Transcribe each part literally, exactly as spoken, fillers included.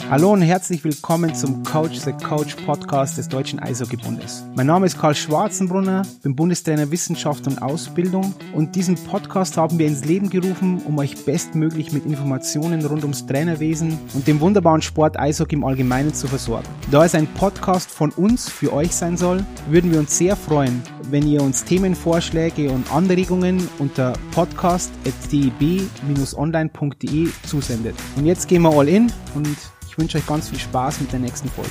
Hallo und herzlich willkommen zum Coach the Coach Podcast des Deutschen Eishockeybundes. Mein Name ist Karl Schwarzenbrunner, bin Bundestrainer Wissenschaft und Ausbildung und diesen Podcast haben wir ins Leben gerufen, um euch bestmöglich mit Informationen rund ums Trainerwesen und dem wunderbaren Sport Eishockey im Allgemeinen zu versorgen. Da es ein Podcast von uns für euch sein soll, würden wir uns sehr freuen, wenn ihr uns Themenvorschläge und Anregungen unter podcast at d e b dash online punkt d e zusendet. Und jetzt gehen wir all in und ich wünsche euch ganz viel Spaß mit der nächsten Folge.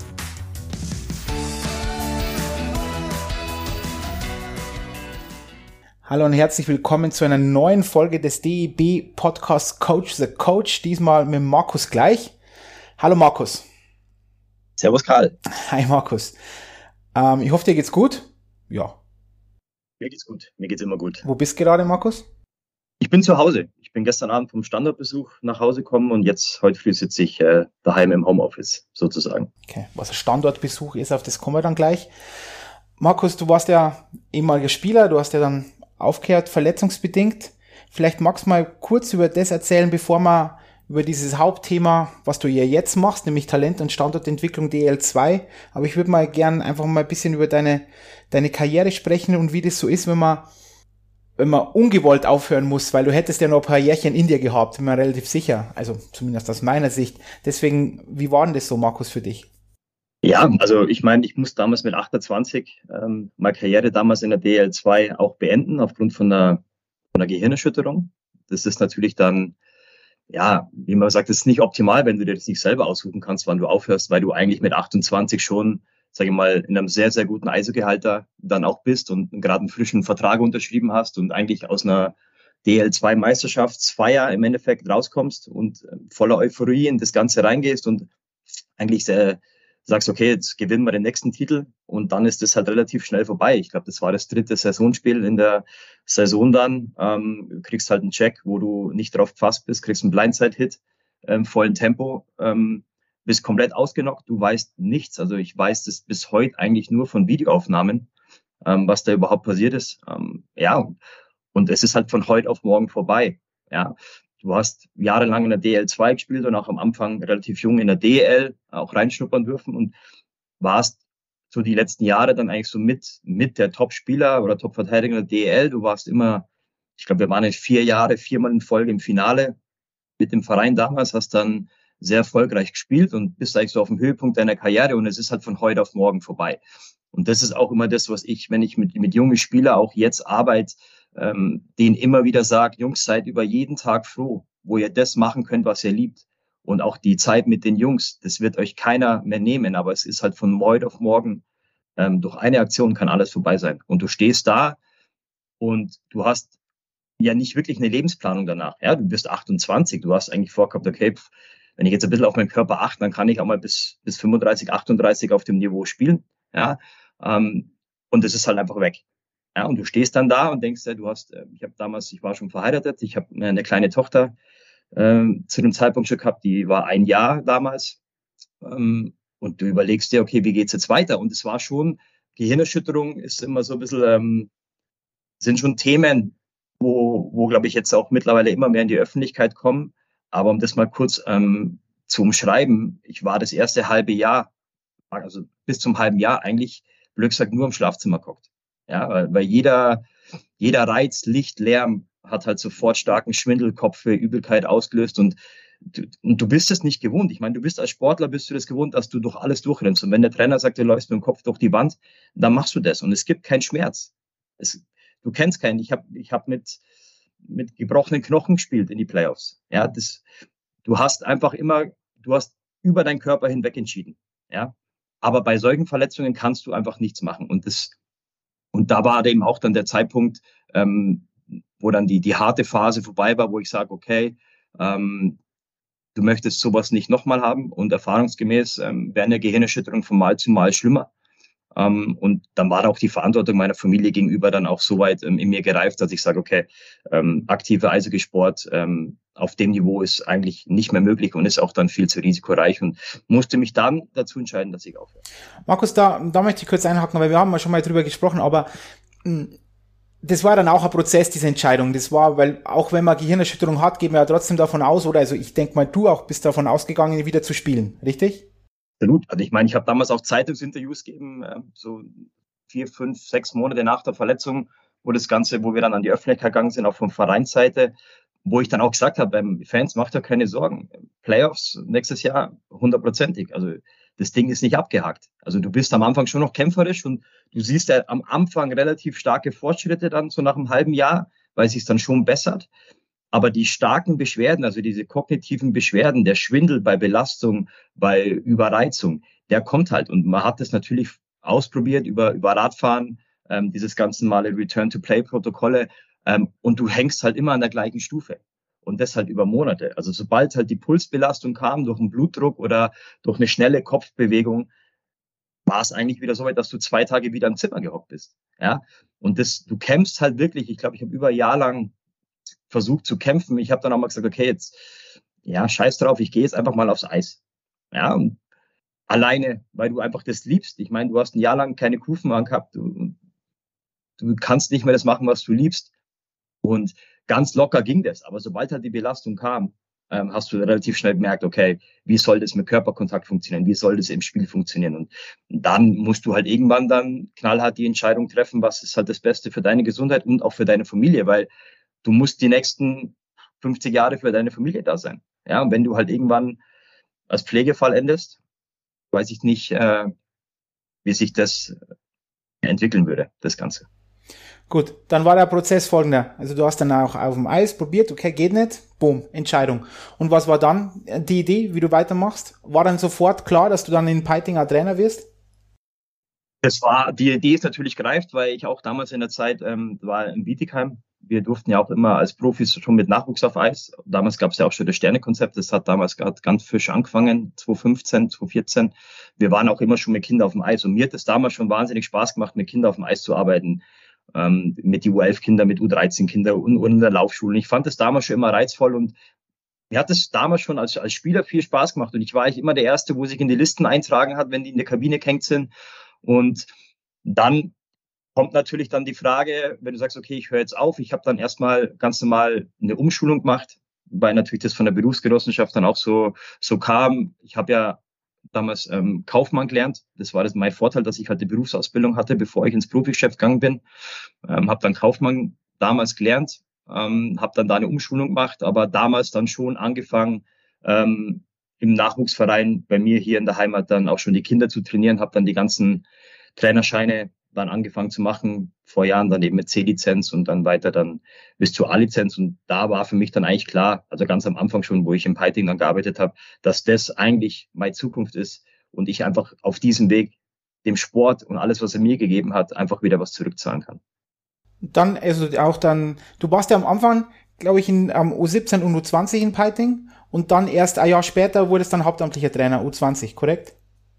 Hallo und herzlich willkommen zu einer neuen Folge des D E B Podcasts Coach the Coach, diesmal mit Markus Gleich. Hallo Markus. Servus Karl. Hi Markus. Ähm, ich hoffe, dir geht's gut? Ja. Mir geht's gut. Mir geht's immer gut. Wo bist du gerade, Markus? Ich bin zu Hause. Ich bin gestern Abend vom Standortbesuch nach Hause gekommen und jetzt, heute früh sitze ich äh, daheim im Homeoffice, sozusagen. Okay, was ein Standortbesuch ist, auf das kommen wir dann gleich. Markus, du warst ja ehemaliger Spieler, du hast ja dann aufgehört, verletzungsbedingt. Vielleicht magst du mal kurz über das erzählen, bevor wir über dieses Hauptthema, was du ja jetzt machst, nämlich Talent- und Standortentwicklung D L zwei. Aber ich würde mal gern einfach mal ein bisschen über deine, deine Karriere sprechen und wie das so ist, wenn man, wenn man ungewollt aufhören muss, weil du hättest ja noch ein paar Jährchen in dir gehabt, bin mir relativ sicher. Also zumindest aus meiner Sicht. Deswegen, wie war denn das so, Markus, für dich? Ja, also ich meine, ich muss damals mit achtundzwanzig ähm, meine Karriere damals in der D L zwei auch beenden, aufgrund von einer, von einer Gehirnerschütterung. Das ist natürlich dann, ja, wie man sagt, das ist nicht optimal, wenn du dir das nicht selber aussuchen kannst, wann du aufhörst, weil du eigentlich mit achtundzwanzig schon, sage ich mal, in einem sehr, sehr guten Eishockeyhalter dann auch bist und gerade einen frischen Vertrag unterschrieben hast und eigentlich aus einer D L zwei Meisterschaftsfeier im Endeffekt rauskommst und voller Euphorie in das Ganze reingehst und eigentlich sehr, sagst, okay, jetzt gewinnen wir den nächsten Titel und dann ist das halt relativ schnell vorbei. Ich glaube, das war das dritte Saisonspiel in der Saison dann. Ähm, kriegst halt einen Check, wo du nicht drauf gefasst bist, kriegst einen Blindside-Hit ähm, vollen Tempo, ähm, bist komplett ausgenockt, du weißt nichts. Also ich weiß das bis heute eigentlich nur von Videoaufnahmen, ähm, was da überhaupt passiert ist. Ähm, ja, und es ist halt von heute auf morgen vorbei. Ja, du hast jahrelang in der D L zwei gespielt und auch am Anfang relativ jung in der D L auch reinschnuppern dürfen und warst so die letzten Jahre dann eigentlich so mit mit der Top-Spieler oder Top-Verteidiger in der D L. Du warst immer, ich glaube, wir waren jetzt vier Jahre, viermal in Folge im Finale mit dem Verein damals, hast dann sehr erfolgreich gespielt und bist eigentlich so auf dem Höhepunkt deiner Karriere und es ist halt von heute auf morgen vorbei. Und das ist auch immer das, was ich, wenn ich mit, mit jungen Spielern auch jetzt arbeite, ähm, denen immer wieder sage, Jungs, seid über jeden Tag froh, wo ihr das machen könnt, was ihr liebt. Und auch die Zeit mit den Jungs, das wird euch keiner mehr nehmen, aber es ist halt von heute auf morgen, ähm, durch eine Aktion kann alles vorbei sein. Und du stehst da und du hast ja nicht wirklich eine Lebensplanung danach. Ja, du bist achtundzwanzig, du hast eigentlich vorgehabt, okay, pff, wenn ich jetzt ein bisschen auf meinen Körper achte, dann kann ich auch mal bis, bis fünfunddreißig, achtunddreißig auf dem Niveau spielen. Ja, ähm, und das ist halt einfach weg. Ja, und du stehst dann da und denkst, ja, du hast, äh, ich habe damals, ich war schon verheiratet, ich habe eine kleine Tochter ähm, zu dem Zeitpunkt schon gehabt, die war ein Jahr damals. Ähm, und du überlegst dir, okay, wie geht's jetzt weiter? Und es war schon, Gehirnerschütterung ist immer so ein bisschen, ähm, sind schon Themen, wo, wo glaube ich jetzt auch mittlerweile immer mehr in die Öffentlichkeit kommen. Aber um das mal kurz ähm, zu umschreiben, ich war das erste halbe Jahr, also bis zum halben Jahr eigentlich, blöd gesagt, nur im Schlafzimmer gehockt. Ja, weil, weil jeder, jeder Reiz, Licht, Lärm hat halt sofort starken Schwindel, Kopfweh, Übelkeit ausgelöst und du, und du bist es nicht gewohnt. Ich meine, du bist als Sportler, bist du das gewohnt, dass du durch alles durchrennst. Und wenn der Trainer sagt, du läufst mit dem Kopf durch die Wand, dann machst du das und es gibt keinen Schmerz. Es, du kennst keinen. Ich habe ich hab mit, mit gebrochenen Knochen gespielt in die Playoffs. Ja, das, du hast einfach immer, du hast über deinen Körper hinweg entschieden. Ja, aber bei solchen Verletzungen kannst du einfach nichts machen. Und das, und da war eben auch dann der Zeitpunkt, ähm, wo dann die, die harte Phase vorbei war, wo ich sage, okay, ähm, du möchtest sowas nicht nochmal haben. Und erfahrungsgemäß ähm, wäre eine Gehirnerschütterung von Mal zu Mal schlimmer. Um, und dann war auch die Verantwortung meiner Familie gegenüber dann auch so weit ähm, in mir gereift, dass ich sage, okay, ähm, aktive Eishockeysport ähm, auf dem Niveau ist eigentlich nicht mehr möglich und ist auch dann viel zu risikoreich und musste mich dann dazu entscheiden, dass ich aufhöre. Markus, da, da möchte ich kurz einhaken, weil wir haben ja schon mal drüber gesprochen, aber mh, das war dann auch ein Prozess, diese Entscheidung. Das war, weil auch wenn man Gehirnerschütterung hat, geht man ja trotzdem davon aus, oder also ich denke mal, du auch bist davon ausgegangen, wieder zu spielen, richtig? Absolut. Also ich meine, ich habe damals auch Zeitungsinterviews gegeben, so vier, fünf, sechs Monate nach der Verletzung, wo das Ganze, wo wir dann an die Öffentlichkeit gegangen sind, auch von Vereinsseite, wo ich dann auch gesagt habe, beim Fans macht euch keine Sorgen. Playoffs nächstes Jahr hundertprozentig. Also das Ding ist nicht abgehakt. Also du bist am Anfang schon noch kämpferisch und du siehst ja am Anfang relativ starke Fortschritte dann so nach einem halben Jahr, weil es sich dann schon bessert. Aber die starken Beschwerden, also diese kognitiven Beschwerden, der Schwindel bei Belastung, bei Überreizung, der kommt halt. Und man hat das natürlich ausprobiert über, über Radfahren, ähm, dieses ganze Male Return-to-Play-Protokolle. Ähm, und du hängst halt immer an der gleichen Stufe. Und das halt über Monate. Also sobald halt die Pulsbelastung kam durch einen Blutdruck oder durch eine schnelle Kopfbewegung, war es eigentlich wieder so weit, dass du zwei Tage wieder im Zimmer gehockt bist. Ja, und das, du kämpfst halt wirklich. Ich glaube, ich habe über ein Jahr lang versucht zu kämpfen. Ich habe dann auch mal gesagt, okay, jetzt, ja, scheiß drauf, ich gehe jetzt einfach mal aufs Eis. Ja, und alleine, weil du einfach das liebst. Ich meine, du hast ein Jahr lang keine Kufen angehabt. Du, du kannst nicht mehr das machen, was du liebst. Und ganz locker ging das. Aber sobald halt die Belastung kam, ähm, hast du relativ schnell gemerkt, okay, wie soll das mit Körperkontakt funktionieren? Wie soll das im Spiel funktionieren? Und dann musst du halt irgendwann dann knallhart die Entscheidung treffen, was ist halt das Beste für deine Gesundheit und auch für deine Familie, weil du musst die nächsten fünfzig Jahre für deine Familie da sein. Ja, und wenn du halt irgendwann als Pflegefall endest, weiß ich nicht, äh, wie sich das entwickeln würde, das Ganze. Gut, dann war der Prozess folgender. Also du hast dann auch auf dem Eis probiert, okay, geht nicht, boom, Entscheidung. Und was war dann die Idee, wie du weitermachst? War dann sofort klar, dass du dann in Peiting auch Trainer wirst? Das war, die Idee ist natürlich gereift, weil ich auch damals in der Zeit ähm, war in Bietigheim. Wir durften ja auch immer als Profis schon mit Nachwuchs auf Eis. Damals gab es ja auch schon das Sterne-Konzept. Das hat damals gerade ganz frisch angefangen, zwanzig fünfzehn, zwanzig vierzehn. Wir waren auch immer schon mit Kindern auf dem Eis. Und mir hat es damals schon wahnsinnig Spaß gemacht, mit Kindern auf dem Eis zu arbeiten. Ähm, mit die U elf Kinder, mit U dreizehn Kinder und, und in der Laufschule. Ich fand das damals schon immer reizvoll und mir hat es damals schon als, als Spieler viel Spaß gemacht. Und ich war eigentlich immer der Erste, wo sich in die Listen eintragen hat, wenn die in der Kabine gehängt sind. Und dann kommt natürlich dann die Frage, wenn du sagst, okay, ich höre jetzt auf, ich habe dann erstmal ganz normal eine Umschulung gemacht, weil natürlich das von der Berufsgenossenschaft dann auch so so kam. Ich habe ja damals ähm, Kaufmann gelernt. Das war das mein Vorteil, dass ich halt die Berufsausbildung hatte, bevor ich ins Profigeschäft gegangen bin. Ähm, habe dann Kaufmann damals gelernt, ähm, habe dann da eine Umschulung gemacht, aber damals dann schon angefangen, ähm, im Nachwuchsverein bei mir hier in der Heimat dann auch schon die Kinder zu trainieren, habe dann die ganzen Trainerscheine dann angefangen zu machen, vor Jahren dann eben mit C-Lizenz und dann weiter dann bis zur A-Lizenz. Und da war für mich dann eigentlich klar, also ganz am Anfang schon, wo ich im Peiting dann gearbeitet habe, dass das eigentlich meine Zukunft ist und ich einfach auf diesem Weg dem Sport und alles, was er mir gegeben hat, einfach wieder was zurückzahlen kann. Dann, also auch dann, du warst ja am Anfang, glaube ich, in um, U siebzehn und U zwanzig in Peiting und dann erst ein Jahr später wurdest dann hauptamtlicher Trainer U zwanzig, korrekt?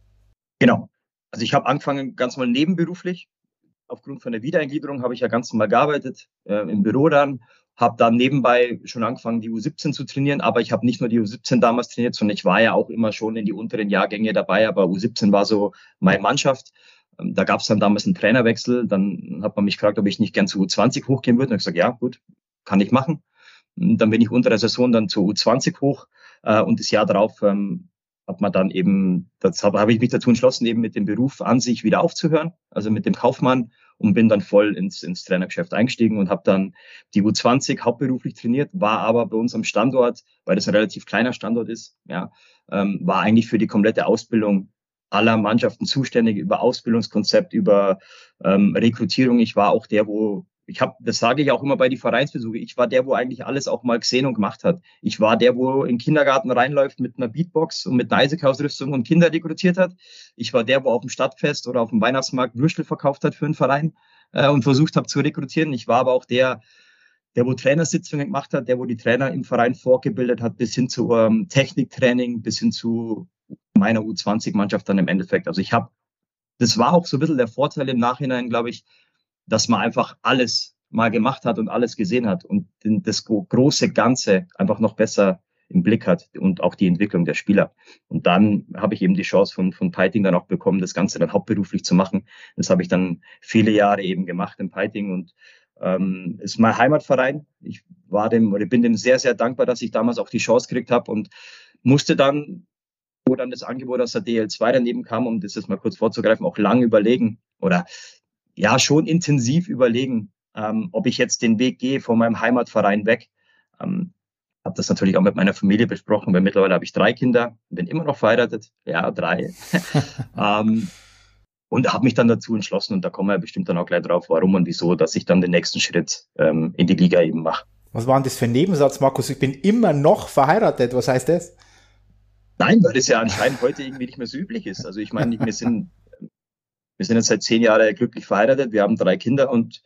Genau. Also ich habe angefangen ganz mal nebenberuflich. Aufgrund von der Wiedereingliederung habe ich ja ganz normal gearbeitet, äh, im Büro dann, habe dann nebenbei schon angefangen, die U siebzehn zu trainieren, aber ich habe nicht nur die U siebzehn damals trainiert, sondern ich war ja auch immer schon in die unteren Jahrgänge dabei, aber U siebzehn war so meine Mannschaft. Ähm, da gab es dann damals einen Trainerwechsel, dann hat man mich gefragt, ob ich nicht gern zu U zwanzig hochgehen würde, und ich gesagt, ja gut, kann ich machen. Und dann bin ich unter der Saison dann zur U zwanzig hoch äh, und das Jahr darauf ähm, hat man dann eben, das habe hab ich mich dazu entschlossen, eben mit dem Beruf an sich wieder aufzuhören, also mit dem Kaufmann, und bin dann voll ins, ins Trainergeschäft eingestiegen und habe dann die U zwanzig hauptberuflich trainiert, war aber bei uns am Standort, weil das ein relativ kleiner Standort ist, ja, ähm, war eigentlich für die komplette Ausbildung aller Mannschaften zuständig, über Ausbildungskonzept, über ähm, Rekrutierung. Ich war auch der, wo Ich habe, das sage ich auch immer bei die Vereinsbesuche, ich war der, wo eigentlich alles auch mal gesehen und gemacht hat. Ich war der, wo in den Kindergarten reinläuft mit einer Beatbox und mit einer Eiseck-Ausrüstung und Kinder rekrutiert hat. Ich war der, wo auf dem Stadtfest oder auf dem Weihnachtsmarkt Würstel verkauft hat für einen Verein äh, und versucht habe zu rekrutieren. Ich war aber auch der, der, wo Trainersitzungen gemacht hat, der, wo die Trainer im Verein vorgebildet hat, bis hin zu ähm, Techniktraining, bis hin zu meiner U zwanzig-Mannschaft dann im Endeffekt. Also ich habe, das war auch so ein bisschen der Vorteil im Nachhinein, glaube ich, dass man einfach alles mal gemacht hat und alles gesehen hat und das große Ganze einfach noch besser im Blick hat und auch die Entwicklung der Spieler. Und dann habe ich eben die Chance von, von Peiting dann auch bekommen, das Ganze dann hauptberuflich zu machen. Das habe ich dann viele Jahre eben gemacht im Peiting und ähm, ist mein Heimatverein. Ich war dem, oder bin dem sehr, sehr dankbar, dass ich damals auch die Chance gekriegt habe und musste dann, wo dann das Angebot aus der D L zwei daneben kam, um das jetzt mal kurz vorzugreifen, auch lange überlegen oder ja, schon intensiv überlegen, ähm, ob ich jetzt den Weg gehe von meinem Heimatverein weg. Ähm, habe das natürlich auch mit meiner Familie besprochen, weil mittlerweile habe ich drei Kinder, bin immer noch verheiratet, ja, drei. ähm, und habe mich dann dazu entschlossen, und da kommen wir bestimmt dann auch gleich drauf, warum und wieso, dass ich dann den nächsten Schritt ähm, in die Liga eben mache. Was war denn das für ein Nebensatz, Markus? Ich bin immer noch verheiratet. Was heißt das? Nein, weil das ja anscheinend heute irgendwie nicht mehr so üblich ist. Also ich meine, wir sind, wir sind jetzt seit zehn Jahren glücklich verheiratet, wir haben drei Kinder und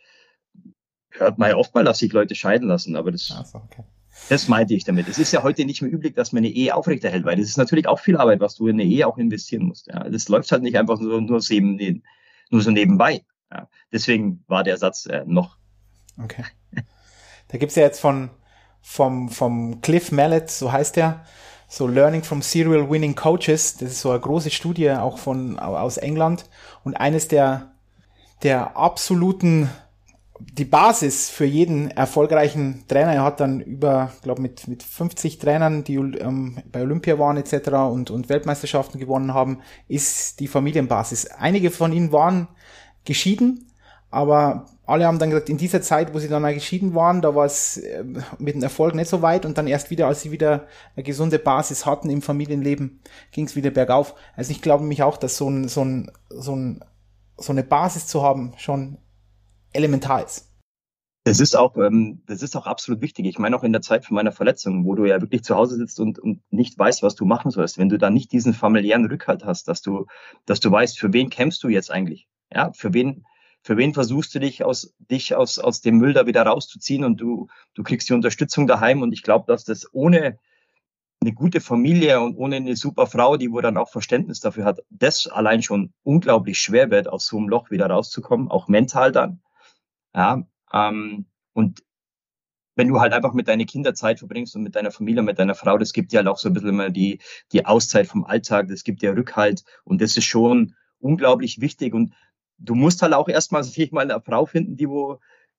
hört man ja oft mal, dass sich Leute scheiden lassen, aber das, Ach so, okay. Das meinte ich damit. Es ist ja heute nicht mehr üblich, dass man eine Ehe aufrechterhält, weil das ist natürlich auch viel Arbeit, was du in eine Ehe auch investieren musst. Ja, das läuft halt nicht einfach nur, nur, so, nur so nebenbei. Ja, deswegen war der Satz äh, noch. Okay. Da gibt's ja jetzt von vom vom Cliff Mallet, so heißt der, so Learning from Serial Winning Coaches. Das ist so eine große Studie auch von aus England und eines der der absoluten die Basis für jeden erfolgreichen Trainer. Er hat dann über, glaube mit mit fünfzig Trainern, die ähm, bei Olympia waren et cetera und und Weltmeisterschaften gewonnen haben, ist die Familienbasis. Einige von ihnen waren geschieden, aber alle haben dann gesagt, in dieser Zeit, wo sie dann geschieden waren, da war es äh, mit dem Erfolg nicht so weit und dann erst wieder, als sie wieder eine gesunde Basis hatten im Familienleben, ging es wieder bergauf. Also ich glaube mich auch, dass so ein so ein so ein so eine Basis zu haben schon elementar ist. Das ist auch, ähm, das ist auch absolut wichtig. Ich meine auch in der Zeit von meiner Verletzung, wo du ja wirklich zu Hause sitzt und, und nicht weißt, was du machen sollst. Wenn du da nicht diesen familiären Rückhalt hast, dass du, dass du weißt, für wen kämpfst du jetzt eigentlich? Ja, für wen, für wen versuchst du dich aus, dich aus, aus dem Müll da wieder rauszuziehen und du, du kriegst die Unterstützung daheim. Und ich glaube, dass das ohne eine gute Familie und ohne eine super Frau, die wo dann auch Verständnis dafür hat, das allein schon unglaublich schwer wird, aus so einem Loch wieder rauszukommen, auch mental dann. Ja, ähm, und wenn du halt einfach mit deinen Kindern Zeit verbringst und mit deiner Familie, mit deiner Frau, das gibt dir halt auch so ein bisschen immer die, die Auszeit vom Alltag, das gibt dir Rückhalt und das ist schon unglaublich wichtig und du musst halt auch erstmal sich mal eine Frau finden, die wo,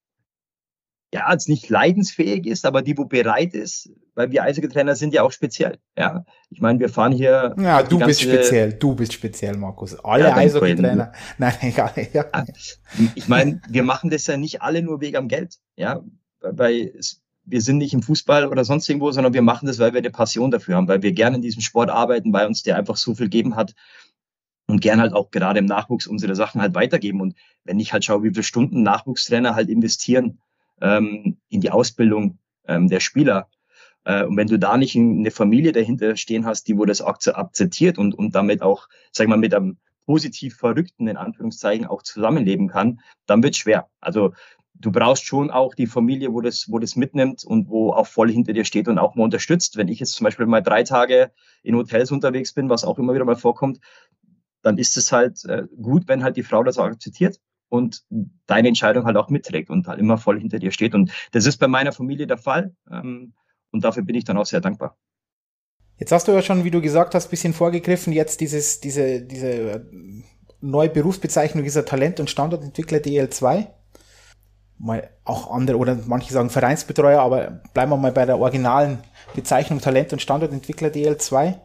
ja, jetzt nicht leidensfähig ist, aber die wo bereit ist, weil wir Eishockey-Trainer sind ja auch speziell, ja. Ich meine, wir fahren hier... Ja, du bist speziell, du bist speziell, Markus. Alle ja, Eishockey-Trainer. Nein, egal. Ja. Ich meine, wir machen das ja nicht alle nur wegen am Geld, ja, weil es, wir sind nicht im Fußball oder sonst irgendwo, sondern wir machen das, weil wir eine Passion dafür haben, weil wir gerne in diesem Sport arbeiten, weil uns der einfach so viel gegeben hat und gern halt auch gerade im Nachwuchs unsere Sachen halt weitergeben. Und wenn ich halt schaue, wie viele Stunden Nachwuchstrainer halt investieren ähm, in die Ausbildung ähm, der Spieler, äh, und wenn du da nicht eine Familie dahinter stehen hast, die wo das akzeptiert und, und damit auch, sag ich mal, mit einem positiv Verrückten, in Anführungszeichen, auch zusammenleben kann, dann wird es schwer. Also du brauchst schon auch die Familie, wo das, wo das mitnimmt und wo auch voll hinter dir steht und auch mal unterstützt. Wenn ich jetzt zum Beispiel mal drei Tage in Hotels unterwegs bin, was auch immer wieder mal vorkommt, dann ist es halt äh, gut, wenn halt die Frau das auch akzeptiert und deine Entscheidung halt auch mitträgt und halt immer voll hinter dir steht. Und das ist bei meiner Familie der Fall. Ähm, und dafür bin ich dann auch sehr dankbar. Jetzt hast du ja schon, wie du gesagt hast, ein bisschen vorgegriffen, jetzt dieses, diese, diese neue Berufsbezeichnung dieser Talent- und Standortentwickler D L zwei. Mal auch andere, oder manche sagen Vereinsbetreuer, aber bleiben wir mal bei der originalen Bezeichnung Talent- und Standortentwickler D L zwei.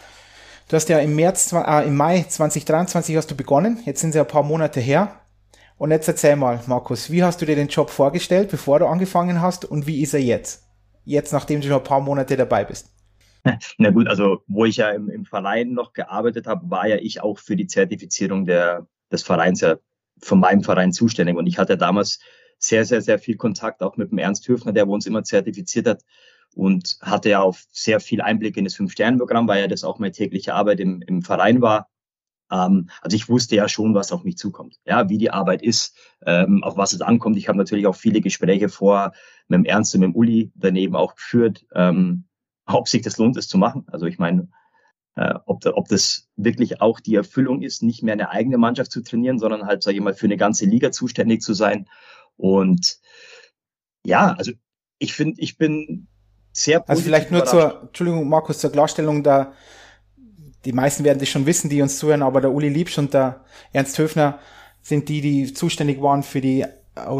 Du hast ja im März, äh, im Mai zwanzig dreiundzwanzig hast du begonnen, jetzt sind es ja ein paar Monate her. Und jetzt erzähl mal, Markus, wie hast du dir den Job vorgestellt, bevor du angefangen hast und wie ist er jetzt? Jetzt, nachdem du schon ein paar Monate dabei bist. Na gut, also wo ich ja im, im Verein noch gearbeitet habe, war ja ich auch für die Zertifizierung der, des Vereins ja von meinem Verein zuständig. Und ich hatte damals sehr, sehr, sehr viel Kontakt auch mit dem Ernst Höfner, der uns immer zertifiziert hat und hatte ja auch sehr viel Einblick in das Fünf-Sterne-Programm, weil ja das auch meine tägliche Arbeit im, im Verein war. Ähm, also ich wusste ja schon, was auf mich zukommt, ja, wie die Arbeit ist, ähm, auf was es ankommt. Ich habe natürlich auch viele Gespräche vor mit dem Ernst und mit dem Uli daneben auch geführt, ähm, ob sich das lohnt, es zu machen. Also ich meine, äh, ob, da, ob das wirklich auch die Erfüllung ist, nicht mehr eine eigene Mannschaft zu trainieren, sondern halt, sage ich mal, für eine ganze Liga zuständig zu sein. Und ja, also ich finde, ich bin sehr positiv. Also vielleicht nur zur, Entschuldigung, Markus, zur Klarstellung, da die meisten werden das schon wissen, die uns zuhören, aber der Uli Liebsch und der Ernst Höfner sind die, die zuständig waren für die, oder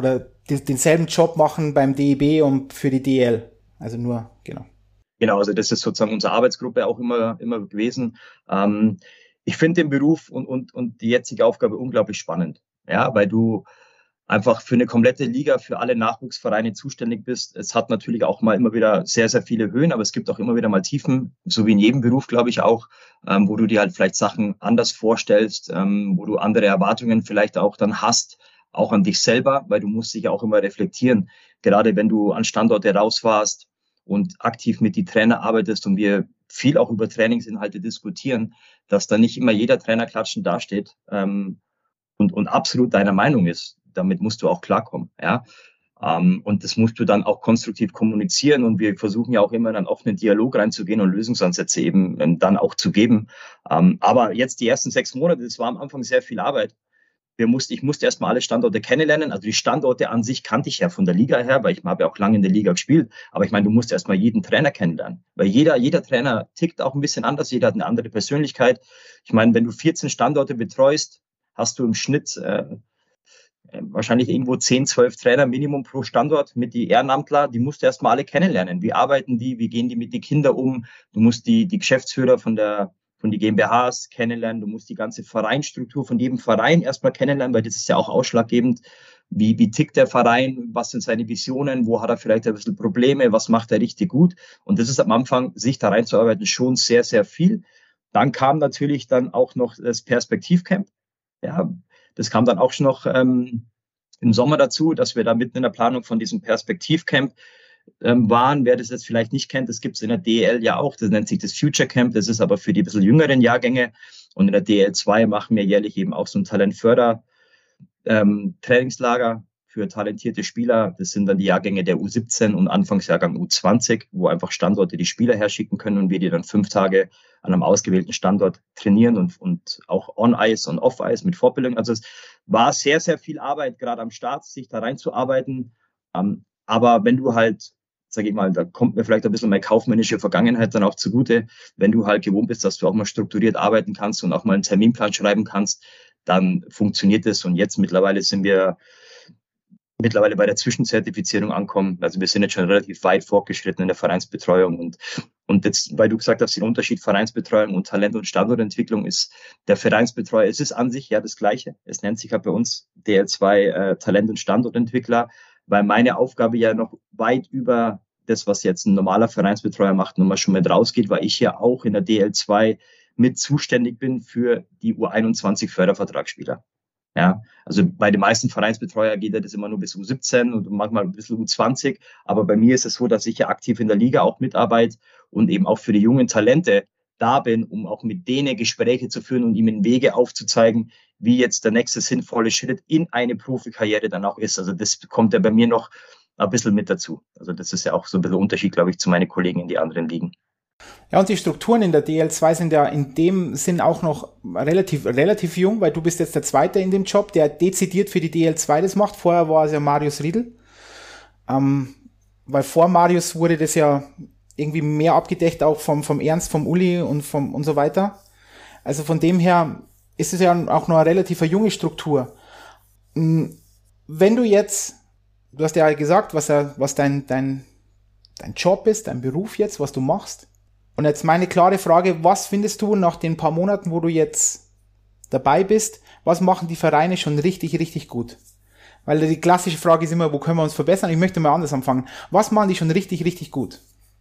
den, denselben Job machen beim D E B und für die D E L. Also nur, genau. Genau, also das ist sozusagen unsere Arbeitsgruppe auch immer, immer gewesen. Ähm, ich finde den Beruf und, und, und die jetzige Aufgabe unglaublich spannend. Ja, weil du einfach für eine komplette Liga, für alle Nachwuchsvereine zuständig bist. Es hat natürlich auch mal immer wieder sehr, sehr viele Höhen, aber es gibt auch immer wieder mal Tiefen, so wie in jedem Beruf, glaube ich auch, ähm, wo du dir halt vielleicht Sachen anders vorstellst, ähm, wo du andere Erwartungen vielleicht auch dann hast, auch an dich selber, weil du musst dich auch immer reflektieren. Gerade wenn du an Standorte rausfährst und aktiv mit die Trainer arbeitest und wir viel auch über Trainingsinhalte diskutieren, dass da nicht immer jeder Trainer klatschend dasteht ähm, und, und absolut deiner Meinung ist. Damit musst du auch klarkommen, ja. Ähm, und das musst du dann auch konstruktiv kommunizieren und wir versuchen ja auch immer in einen offenen Dialog reinzugehen und Lösungsansätze eben ähm, dann auch zu geben. Ähm, aber jetzt die ersten sechs Monate, das war am Anfang sehr viel Arbeit. Wir mussten, ich musste erstmal alle Standorte kennenlernen. Also die Standorte an sich kannte ich ja von der Liga her, weil ich habe ja auch lange in der Liga gespielt. Aber ich meine, du musst erstmal jeden Trainer kennenlernen. Weil jeder, jeder Trainer tickt auch ein bisschen anders, jeder hat eine andere Persönlichkeit. Ich meine, wenn du vierzehn Standorte betreust, hast du im Schnitt äh, wahrscheinlich irgendwo zehn, zwölf Trainer Minimum pro Standort mit die Ehrenamtler, die musst du erstmal alle kennenlernen. Wie arbeiten die, wie gehen die mit den Kindern um? Du musst die, die Geschäftsführer von der, von die GmbHs kennenlernen, du musst die ganze Vereinsstruktur von jedem Verein erstmal kennenlernen, weil das ist ja auch ausschlaggebend. Wie, wie tickt der Verein? Was sind seine Visionen? Wo hat er vielleicht ein bisschen Probleme? Was macht er richtig gut? Und das ist am Anfang, sich da reinzuarbeiten, schon sehr, sehr viel. Dann kam natürlich dann auch noch das Perspektivcamp. Ja, das kam dann auch schon noch ähm, im Sommer dazu, dass wir da mitten in der Planung von diesem Perspektivcamp ähm, waren. Wer das jetzt vielleicht nicht kennt, das gibt es in der D E L ja auch. Das nennt sich das Future Camp. Das ist aber für die bisschen jüngeren Jahrgänge. Und in der D E L zwei machen wir jährlich eben auch so ein Talentförder ähm, Trainingslager für talentierte Spieler. Das sind dann die Jahrgänge der U siebzehn und Anfangsjahrgang U zwanzig, wo einfach Standorte die Spieler herschicken können und wir die dann fünf Tage an einem ausgewählten Standort trainieren und, und auch on-ice und off-ice mit Fortbildung. Also es war sehr, sehr viel Arbeit, gerade am Start, sich da reinzuarbeiten. Ähm, aber wenn du halt, sage ich mal, da kommt mir vielleicht ein bisschen meine kaufmännische Vergangenheit dann auch zugute, wenn du halt gewohnt bist, dass du auch mal strukturiert arbeiten kannst und auch mal einen Terminplan schreiben kannst, dann funktioniert es. Und jetzt mittlerweile sind wir mittlerweile bei der Zwischenzertifizierung ankommen. Also wir sind jetzt schon relativ weit fortgeschritten in der Vereinsbetreuung und und jetzt, weil du gesagt hast, der Unterschied Vereinsbetreuung und Talent- und Standortentwicklung ist der Vereinsbetreuer. Es ist an sich ja das Gleiche. Es nennt sich ja bei uns D L zwei äh, Talent- und Standortentwickler, weil meine Aufgabe ja noch weit über das, was jetzt ein normaler Vereinsbetreuer macht, nochmal schon mit rausgeht, weil ich ja auch in der D L zwei mit zuständig bin für die U einundzwanzig Fördervertragsspieler. Ja, also bei den meisten Vereinsbetreuer geht ja das immer nur bis U siebzehn und manchmal ein bisschen U zwanzig. Aber bei mir ist es so, dass ich ja aktiv in der Liga auch mitarbeite und eben auch für die jungen Talente da bin, um auch mit denen Gespräche zu führen und ihnen Wege aufzuzeigen, wie jetzt der nächste sinnvolle Schritt in eine Profikarriere dann auch ist. Also das kommt ja bei mir noch ein bisschen mit dazu. Also das ist ja auch so ein bisschen Unterschied, glaube ich, zu meinen Kollegen in die anderen Ligen. Ja, und die Strukturen in der D L zwei sind ja in dem Sinn auch noch relativ, relativ jung, weil du bist jetzt der Zweite in dem Job, der dezidiert für die D L zwei das macht. Vorher war es ja Marius Riedl. Ähm, weil vor Marius wurde das ja irgendwie mehr abgedeckt, auch vom, vom Ernst, vom Uli und vom, und so weiter. Also von dem her ist es ja auch noch eine relativ junge Struktur. Wenn du jetzt, du hast ja gesagt, was, was dein, dein, dein Job ist, dein Beruf jetzt, was du machst. Und jetzt meine klare Frage, was findest du nach den paar Monaten, wo du jetzt dabei bist, was machen die Vereine schon richtig, richtig gut? Weil die klassische Frage ist immer, wo können wir uns verbessern? Ich möchte mal anders anfangen. Was machen die schon richtig, richtig gut?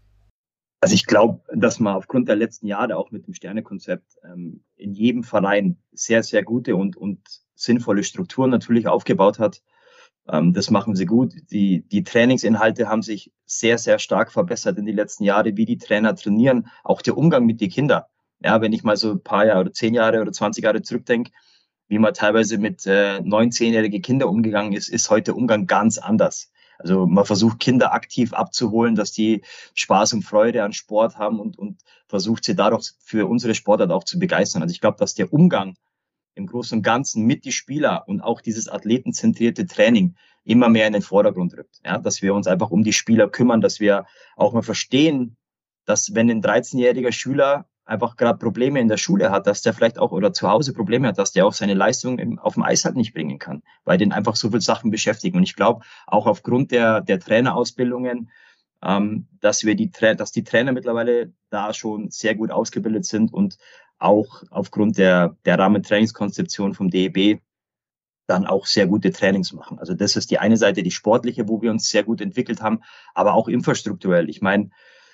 Also ich glaube, dass man aufgrund der letzten Jahre auch mit dem Sternekonzept ähm, in jedem Verein sehr, sehr gute und, und sinnvolle Strukturen natürlich aufgebaut hat. Ähm, das machen sie gut. Die, die Trainingsinhalte haben sich sehr, sehr stark verbessert in den letzten Jahren, wie die Trainer trainieren, auch der Umgang mit den Kindern. Ja, wenn ich mal so ein paar Jahre oder zehn Jahre oder zwanzig Jahre zurückdenke, wie man teilweise mit äh, neun-, zehnjährigen Kindern umgegangen ist, ist heute der Umgang ganz anders. Also man versucht, Kinder aktiv abzuholen, dass die Spaß und Freude an Sport haben und, und versucht sie dadurch für unsere Sportart auch zu begeistern. Also ich glaube, dass der Umgang im Großen und Ganzen mit die Spieler und auch dieses athletenzentrierte Training immer mehr in den Vordergrund rückt. Ja, dass wir uns einfach um die Spieler kümmern, dass wir auch mal verstehen, dass wenn ein dreizehnjähriger Schüler einfach gerade Probleme in der Schule hat, dass der vielleicht auch oder zu Hause Probleme hat, dass der auch seine Leistung im, auf dem Eis halt nicht bringen kann, weil den einfach so viele Sachen beschäftigen. Und ich glaube, auch aufgrund der, der Trainerausbildungen, ähm, dass wir die, dass die Trainer mittlerweile da schon sehr gut ausgebildet sind und auch aufgrund der, der Rahmentrainingskonzeption vom D E B dann auch sehr gute Trainings machen. Also das ist die eine Seite, die sportliche, wo wir uns sehr gut entwickelt haben, aber auch infrastrukturell. Ich meine,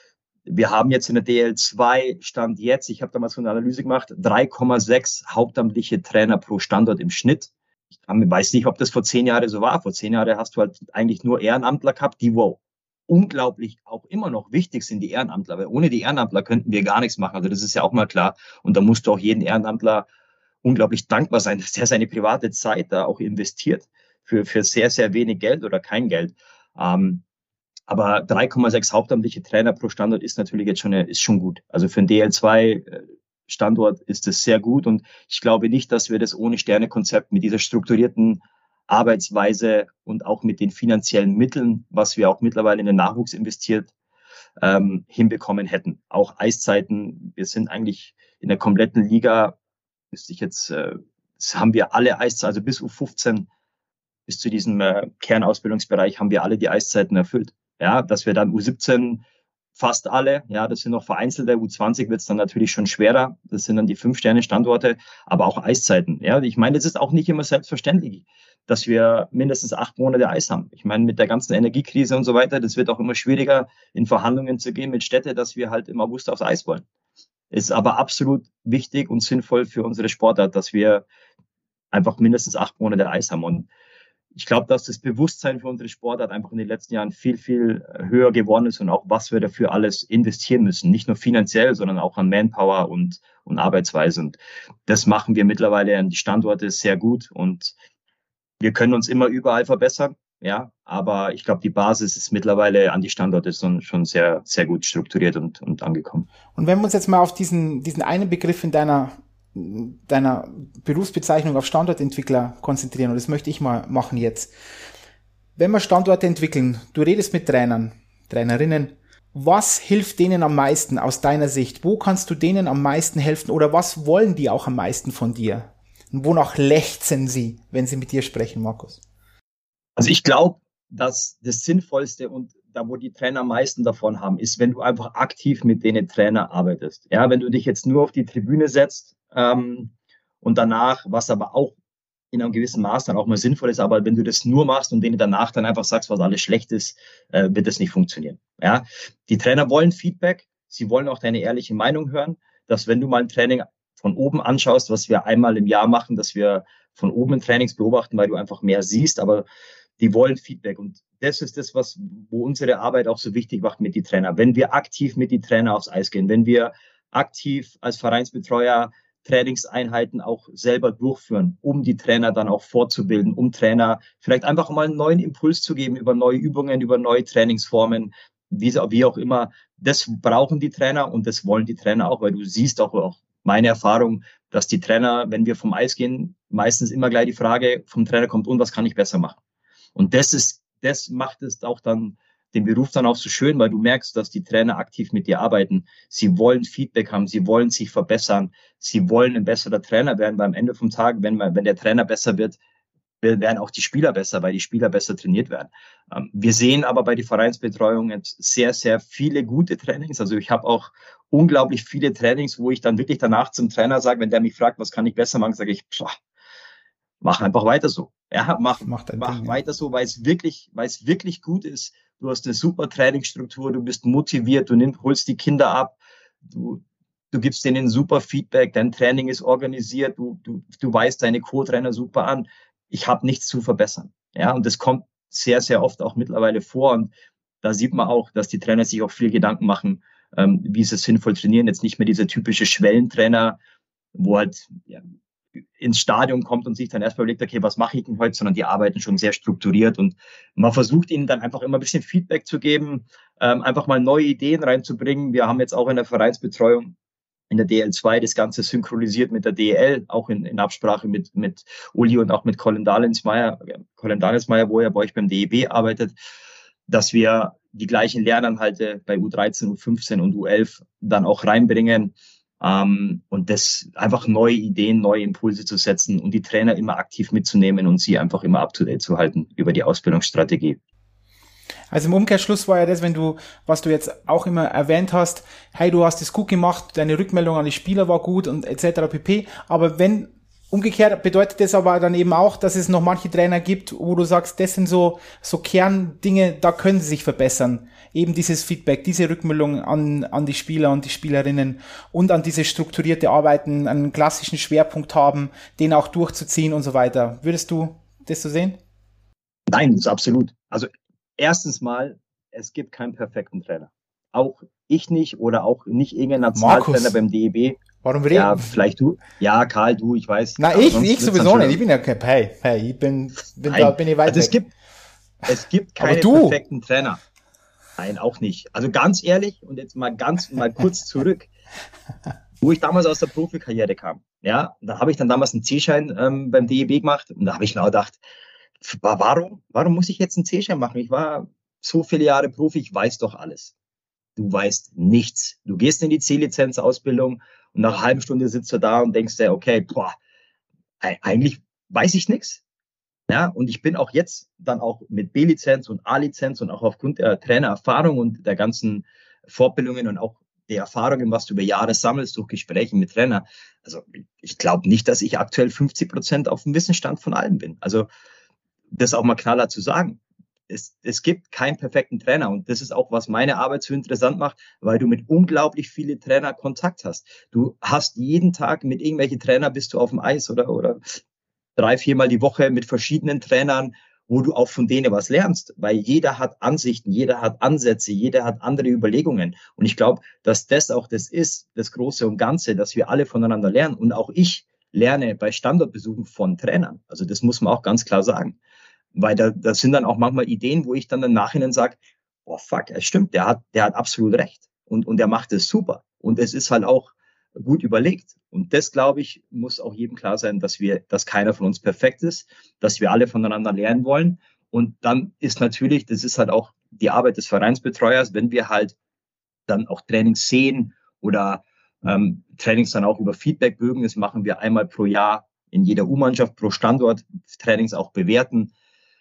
wir haben jetzt in der D L zwei Stand jetzt, ich habe damals so eine Analyse gemacht, drei Komma sechs hauptamtliche Trainer pro Standort im Schnitt. Ich weiß nicht, ob das vor zehn Jahren so war. Vor zehn Jahren hast du halt eigentlich nur Ehrenamtler gehabt, die wow, unglaublich auch immer noch wichtig sind, die Ehrenamtler. Weil ohne die Ehrenamtler könnten wir gar nichts machen. Also das ist ja auch mal klar. Und da musst du auch jeden Ehrenamtler unglaublich dankbar sein, dass der seine private Zeit da auch investiert für, für sehr, sehr wenig Geld oder kein Geld. Ähm, aber drei Komma sechs hauptamtliche Trainer pro Standort ist natürlich jetzt schon, ist schon gut. Also für einen D L zwei Standort ist das sehr gut. Und ich glaube nicht, dass wir das ohne Sternekonzept mit dieser strukturierten Arbeitsweise und auch mit den finanziellen Mitteln, was wir auch mittlerweile in den Nachwuchs investiert, ähm, hinbekommen hätten. Auch Eiszeiten. Wir sind eigentlich in der kompletten Liga, müsste ich jetzt, äh, haben wir alle Eiszeiten, also bis U fünfzehn, bis zu diesem äh, Kernausbildungsbereich haben wir alle die Eiszeiten erfüllt. Ja, dass wir dann U siebzehn fast alle, ja, das sind noch vereinzelte, U zwanzig wird es dann natürlich schon schwerer, das sind dann die Fünf-Sterne-Standorte, aber auch Eiszeiten. Ja, ich meine, es ist auch nicht immer selbstverständlich, dass wir mindestens acht Monate Eis haben. Ich meine, mit der ganzen Energiekrise und so weiter, das wird auch immer schwieriger, in Verhandlungen zu gehen mit Städten, dass wir halt im August aufs Eis wollen. Ist aber absolut wichtig und sinnvoll für unsere Sportart, dass wir einfach mindestens acht Monate Eis haben. Und ich glaube, dass das Bewusstsein für unsere Sportart einfach in den letzten Jahren viel, viel höher geworden ist und auch, was wir dafür alles investieren müssen. Nicht nur finanziell, sondern auch an Manpower und, und Arbeitsweise. Und das machen wir mittlerweile an die Standorte sehr gut und wir können uns immer überall verbessern. Ja, aber ich glaube, die Basis ist mittlerweile an die Standorte schon sehr, sehr gut strukturiert und, und angekommen. Und wenn wir uns jetzt mal auf diesen, diesen einen Begriff in deiner deiner Berufsbezeichnung auf Standortentwickler konzentrieren und das möchte ich mal machen jetzt. Wenn wir Standorte entwickeln, du redest mit Trainern, Trainerinnen, was hilft denen am meisten aus deiner Sicht? Wo kannst du denen am meisten helfen oder was wollen die auch am meisten von dir? Und wonach lechzen sie, wenn sie mit dir sprechen, Markus? Also ich glaube, dass das Sinnvollste und da, wo die Trainer am meisten davon haben, ist, wenn du einfach aktiv mit denen Trainer arbeitest. Ja, wenn du dich jetzt nur auf die Tribüne setzt, Ähm, und danach, was aber auch in einem gewissen Maß dann auch mal sinnvoll ist, aber wenn du das nur machst und denen danach dann einfach sagst, was alles schlecht ist, äh, wird das nicht funktionieren. Ja, die Trainer wollen Feedback, sie wollen auch deine ehrliche Meinung hören, dass wenn du mal ein Training von oben anschaust, was wir einmal im Jahr machen, dass wir von oben ein Trainings beobachten, weil du einfach mehr siehst, aber die wollen Feedback und das ist das, was, wo unsere Arbeit auch so wichtig macht mit den Trainern. Wenn wir aktiv mit den Trainern aufs Eis gehen, wenn wir aktiv als Vereinsbetreuer Trainingseinheiten auch selber durchführen, um die Trainer dann auch fortzubilden, um Trainer vielleicht einfach mal einen neuen Impuls zu geben über neue Übungen, über neue Trainingsformen, wie, wie auch immer. Das brauchen die Trainer und das wollen die Trainer auch, weil du siehst auch, auch meine Erfahrung, dass die Trainer, wenn wir vom Eis gehen, meistens immer gleich die Frage vom Trainer kommt, und was kann ich besser machen? Und das ist, das macht es auch dann den Beruf dann auch so schön, weil du merkst, dass die Trainer aktiv mit dir arbeiten. Sie wollen Feedback haben, sie wollen sich verbessern, sie wollen ein besserer Trainer werden, weil am Ende vom Tag, wenn man, wenn der Trainer besser wird, werden auch die Spieler besser, weil die Spieler besser trainiert werden. Wir sehen aber bei der Vereinsbetreuung jetzt sehr, sehr viele gute Trainings. Also ich habe auch unglaublich viele Trainings, wo ich dann wirklich danach zum Trainer sage, wenn der mich fragt, was kann ich besser machen, sage ich, pff, mach einfach weiter so. Ja, mach, mach, mach Ding, weiter ja. so, weil es wirklich, weil es wirklich gut ist. Du hast eine super Trainingsstruktur, du bist motiviert, du nimmst, holst die Kinder ab, du, du gibst denen super Feedback, dein Training ist organisiert, du, du, du weißt deine Co-Trainer super an. Ich habe nichts zu verbessern. Ja, und das kommt sehr, sehr oft auch mittlerweile vor. Und da sieht man auch, dass die Trainer sich auch viel Gedanken machen, ähm, wie sie sinnvoll trainieren. Jetzt nicht mehr dieser typische Schwellentrainer, wo halt ja, ins Stadion kommt und sich dann erstmal überlegt, okay, was mache ich denn heute, sondern die arbeiten schon sehr strukturiert und man versucht ihnen dann einfach immer ein bisschen Feedback zu geben, ähm, einfach mal neue Ideen reinzubringen. Wir haben jetzt auch in der Vereinsbetreuung in der D L zwei das Ganze synchronisiert mit der D E L, auch in, in Absprache mit, mit Uli und auch mit Colin Dahlensmeier, Colin Dahlensmeier, wo er bei euch beim D E B arbeitet, dass wir die gleichen Lernanhalte bei U dreizehn, U fünfzehn und U elf dann auch reinbringen. Ähm, und das einfach neue Ideen, neue Impulse zu setzen und die Trainer immer aktiv mitzunehmen und sie einfach immer up-to-date zu halten über die Ausbildungsstrategie. Also im Umkehrschluss war ja das, wenn du, was du jetzt auch immer erwähnt hast, hey, du hast das gut gemacht, deine Rückmeldung an die Spieler war gut und et cetera pp. Aber wenn, umgekehrt bedeutet das aber dann eben auch, dass es noch manche Trainer gibt, wo du sagst, das sind so, so Kerndinge, da können sie sich verbessern. Eben dieses Feedback, diese Rückmeldung an, an die Spieler und die Spielerinnen und an diese strukturierte Arbeiten, einen klassischen Schwerpunkt haben, den auch durchzuziehen und so weiter. Würdest du das so sehen? Nein, das ist absolut. Also, erstens mal, es gibt keinen perfekten Trainer. Auch ich nicht oder auch nicht irgendein Nationaltrainer beim D E B. Warum reden? Ja, vielleicht du. Ja, Karl, du, ich weiß. Na, ich, ich sowieso nicht. Ich bin ja kein, hey, hey, ich bin, bin Nein, da, bin ich weit also weg. Es gibt, es gibt keine perfekten Trainer. Nein, auch nicht. Also ganz ehrlich und jetzt mal ganz, mal kurz zurück, wo ich damals aus der Profikarriere kam. Ja, da habe ich dann damals einen C-Schein ähm, beim D E B gemacht und da habe ich mir auch gedacht, warum, warum muss ich jetzt einen C-Schein machen? Ich war so viele Jahre Profi, ich weiß doch alles. Du weißt nichts. Du gehst in die C-Lizenz-Ausbildung und nach einer halben Stunde sitzt du da und denkst dir, okay, boah, eigentlich weiß ich nichts. Ja, und ich bin auch jetzt dann auch mit B-Lizenz und A-Lizenz und auch aufgrund der Trainererfahrung und der ganzen Fortbildungen und auch der Erfahrungen, was du über Jahre sammelst durch Gespräche mit Trainer. Also ich glaube nicht, dass ich aktuell fünfzig Prozent auf dem Wissensstand von allen bin. Also das auch mal knaller zu sagen. Es, es gibt keinen perfekten Trainer und das ist auch, was meine Arbeit so interessant macht, weil du mit unglaublich vielen Trainer Kontakt hast. Du hast jeden Tag mit irgendwelchen Trainer bist du auf dem Eis oder, oder drei, viermal die Woche mit verschiedenen Trainern, wo du auch von denen was lernst, weil jeder hat Ansichten, jeder hat Ansätze, jeder hat andere Überlegungen. Und ich glaube, dass das auch das ist, das Große und Ganze, dass wir alle voneinander lernen. Und auch ich lerne bei Standortbesuchen von Trainern. Also das muss man auch ganz klar sagen. Weil da, da sind dann auch manchmal Ideen, wo ich dann im Nachhinein sage, oh fuck, es stimmt, der hat, der hat absolut recht. Und, und der macht es super. Und es ist halt auch gut überlegt. Und das, glaube ich, muss auch jedem klar sein, dass wir, dass keiner von uns perfekt ist, dass wir alle voneinander lernen wollen. Und dann ist natürlich, das ist halt auch die Arbeit des Vereinsbetreuers, wenn wir halt dann auch Trainings sehen oder ähm, Trainings dann auch über Feedbackbögen, das machen wir einmal pro Jahr in jeder U-Mannschaft, pro Standort, Trainings auch bewerten.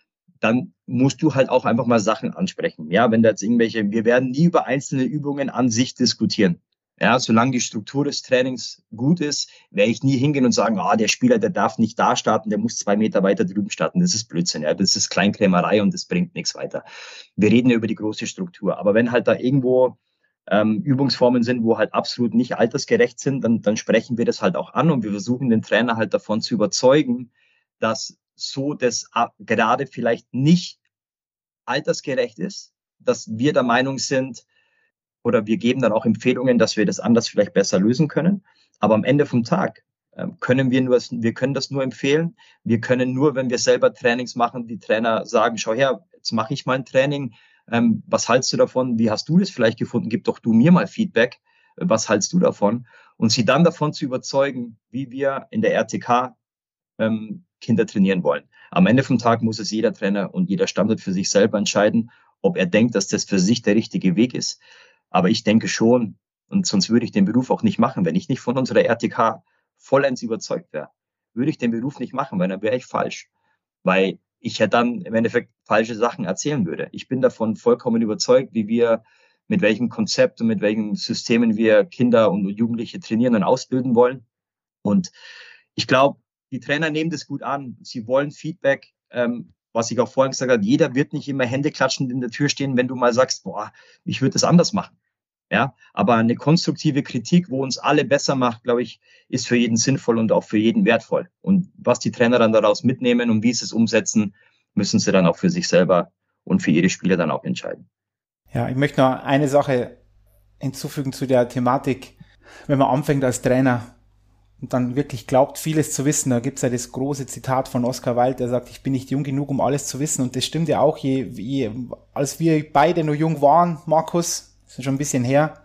Dann musst du halt auch einfach mal Sachen ansprechen. Ja, wenn da jetzt irgendwelche, wir werden nie über einzelne Übungen an sich diskutieren. Ja, solange die Struktur des Trainings gut ist, werde ich nie hingehen und sagen, ah, der Spieler, der darf nicht da starten, der muss zwei Meter weiter drüben starten. Das ist Blödsinn, ja, das ist Kleinkrämerei und das bringt nichts weiter. Wir reden ja über die große Struktur. Aber wenn halt da irgendwo ähm, Übungsformen sind, wo halt absolut nicht altersgerecht sind, dann, dann sprechen wir das halt auch an und wir versuchen den Trainer halt davon zu überzeugen, dass so das gerade vielleicht nicht altersgerecht ist, dass wir der Meinung sind, oder wir geben dann auch Empfehlungen, dass wir das anders vielleicht besser lösen können. Aber am Ende vom Tag äh, können wir nur, wir können das nur empfehlen. Wir können nur, wenn wir selber Trainings machen, die Trainer sagen, schau her, jetzt mache ich mal ein Training. Ähm, was hältst du davon? Wie hast du das vielleicht gefunden? Gib doch du mir mal Feedback. Was hältst du davon? Und sie dann davon zu überzeugen, wie wir in der R T K ähm, Kinder trainieren wollen. Am Ende vom Tag muss es jeder Trainer und jeder Standort für sich selber entscheiden, ob er denkt, dass das für sich der richtige Weg ist. Aber ich denke schon, und sonst würde ich den Beruf auch nicht machen, wenn ich nicht von unserer R T K vollends überzeugt wäre, würde ich den Beruf nicht machen, weil dann wäre ich falsch. Weil ich ja dann im Endeffekt falsche Sachen erzählen würde. Ich bin davon vollkommen überzeugt, wie wir, mit welchem Konzept und mit welchen Systemen wir Kinder und Jugendliche trainieren und ausbilden wollen. Und ich glaube, die Trainer nehmen das gut an. Sie wollen Feedback. Ähm, was ich auch vorhin gesagt habe, jeder wird nicht immer Hände klatschend in der Tür stehen, wenn du mal sagst, boah, ich würde das anders machen. Ja, aber eine konstruktive Kritik, wo uns alle besser macht, glaube ich, ist für jeden sinnvoll und auch für jeden wertvoll. Und was die Trainer dann daraus mitnehmen und wie sie es umsetzen, müssen sie dann auch für sich selber und für ihre Spieler dann auch entscheiden. Ja, ich möchte noch eine Sache hinzufügen zu der Thematik, wenn man anfängt als Trainer und dann wirklich glaubt, vieles zu wissen. Da gibt's ja das große Zitat von Oscar Wilde, der sagt, ich bin nicht jung genug, um alles zu wissen. Und das stimmt ja auch, je, je als wir beide nur jung waren, Markus, das ist schon ein bisschen her,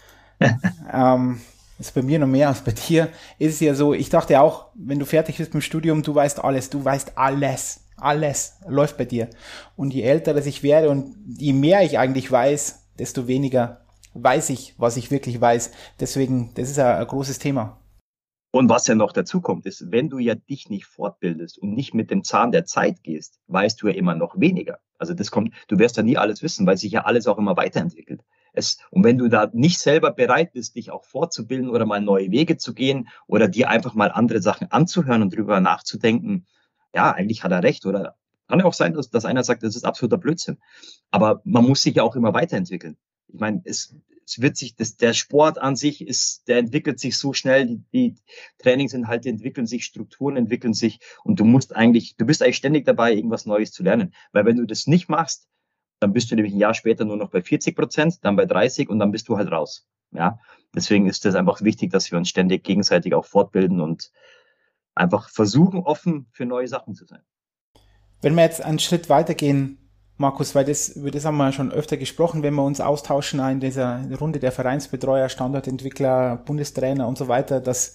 ähm, ist bei mir noch mehr als bei dir, ist es ja so, ich dachte auch, wenn du fertig bist mit dem Studium, du weißt alles, du weißt alles, alles läuft bei dir. Und je älter das ich werde und je mehr ich eigentlich weiß, desto weniger weiß ich, was ich wirklich weiß. Deswegen, das ist ein, ein großes Thema. Und was ja noch dazu kommt, ist, wenn du ja dich nicht fortbildest und nicht mit dem Zahn der Zeit gehst, weißt du ja immer noch weniger. Also das kommt, du wirst ja nie alles wissen, weil sich ja alles auch immer weiterentwickelt. Es, und wenn du da nicht selber bereit bist, dich auch fortzubilden oder mal neue Wege zu gehen oder dir einfach mal andere Sachen anzuhören und drüber nachzudenken, ja, eigentlich hat er recht. Oder kann ja auch sein, dass, dass einer sagt, das ist absoluter Blödsinn. Aber man muss sich ja auch immer weiterentwickeln. Ich meine, es, es wird sich, das, der Sport an sich ist, der entwickelt sich so schnell, die, die Trainingsinhalte entwickeln sich, Strukturen entwickeln sich und du musst eigentlich, du bist eigentlich ständig dabei, irgendwas Neues zu lernen. Weil wenn du das nicht machst, dann bist du nämlich ein Jahr später nur noch bei vierzig Prozent, dann bei dreißig und dann bist du halt raus. Ja, deswegen ist das einfach wichtig, dass wir uns ständig gegenseitig auch fortbilden und einfach versuchen, offen für neue Sachen zu sein. Wenn wir jetzt einen Schritt weitergehen, Markus, weil das, über das haben wir schon öfter gesprochen, wenn wir uns austauschen in dieser Runde der Vereinsbetreuer, Standortentwickler, Bundestrainer und so weiter, dass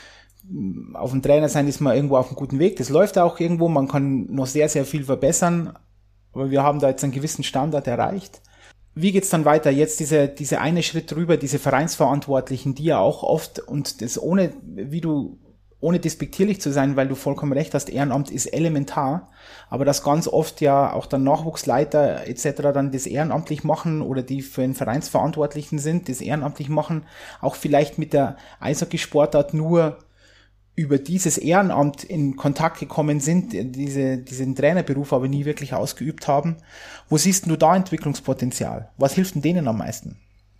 auf dem Trainer sein ist man irgendwo auf einem guten Weg. Das läuft auch irgendwo, man kann noch sehr, sehr viel verbessern, aber wir haben da jetzt einen gewissen Standard erreicht. Wie geht's dann weiter? Jetzt diese, diese eine Schritt drüber, diese Vereinsverantwortlichen, die ja auch oft, und das ohne, wie du, ohne despektierlich zu sein, weil du vollkommen recht hast, Ehrenamt ist elementar, aber dass ganz oft ja auch dann Nachwuchsleiter et cetera dann das ehrenamtlich machen oder die für den Vereinsverantwortlichen sind, das ehrenamtlich machen, auch vielleicht mit der Eishockeysportart nur über dieses Ehrenamt in Kontakt gekommen sind, diese, diesen Trainerberuf aber nie wirklich ausgeübt haben. Wo siehst du da Entwicklungspotenzial? Was hilft denn denen am meisten?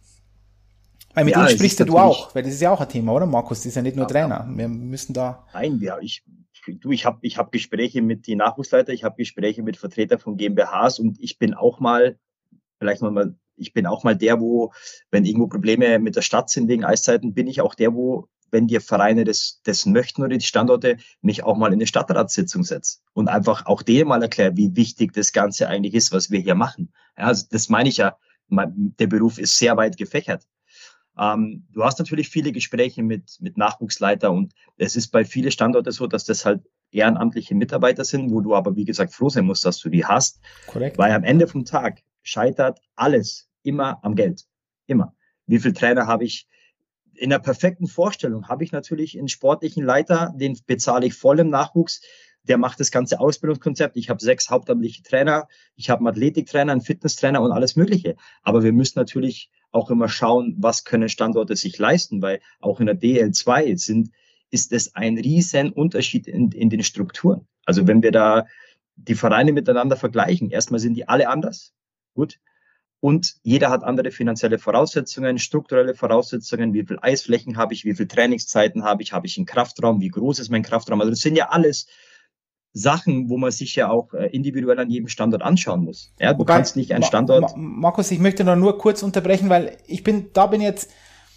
Weil mit ja, denen sprichst du auch, weil das ist ja auch ein Thema, oder Markus? Das ist ja nicht nur Trainer. Wir müssen da... Nein, ja, ich, du, ich habe ich hab Gespräche mit den Nachwuchsleitern, ich habe Gespräche mit Vertretern von GmbHs und ich bin auch mal, vielleicht mal, ich bin auch mal der, wo, wenn irgendwo Probleme mit der Stadt sind wegen Eiszeiten, bin ich auch der, wo, wenn die Vereine das, das möchten oder die Standorte, mich auch mal in eine Stadtratssitzung setze und einfach auch denen mal erkläre, wie wichtig das Ganze eigentlich ist, was wir hier machen. Ja, also das meine ich ja, der Beruf ist sehr weit gefächert. Ähm, du hast natürlich viele Gespräche mit, mit Nachwuchsleiter und es ist bei vielen Standorten so, dass das halt ehrenamtliche Mitarbeiter sind, wo du aber, wie gesagt, froh sein musst, dass du die hast. Korrekt. Weil am Ende vom Tag scheitert alles immer am Geld. Immer. Wie viele Trainer habe ich? In der perfekten Vorstellung habe ich natürlich einen sportlichen Leiter, den bezahle ich voll im Nachwuchs. Der macht das ganze Ausbildungskonzept. Ich habe sechs hauptamtliche Trainer, ich habe einen Athletiktrainer, einen Fitnesstrainer und alles Mögliche. Aber wir müssen natürlich auch immer schauen, was können Standorte sich leisten, weil auch in der D L zwei sind, ist es ein riesen Unterschied in, in den Strukturen. Also wenn wir da die Vereine miteinander vergleichen, erstmal sind die alle anders. Gut. Und jeder hat andere finanzielle Voraussetzungen, strukturelle Voraussetzungen, wie viel Eisflächen habe ich, wie viel Trainingszeiten habe ich, habe ich einen Kraftraum, wie groß ist mein Kraftraum. Also das sind ja alles Sachen, wo man sich ja auch individuell an jedem Standort anschauen muss. Ja, du Wobei, kannst nicht einen Standort... Markus, ich möchte noch nur kurz unterbrechen, weil ich bin, da bin jetzt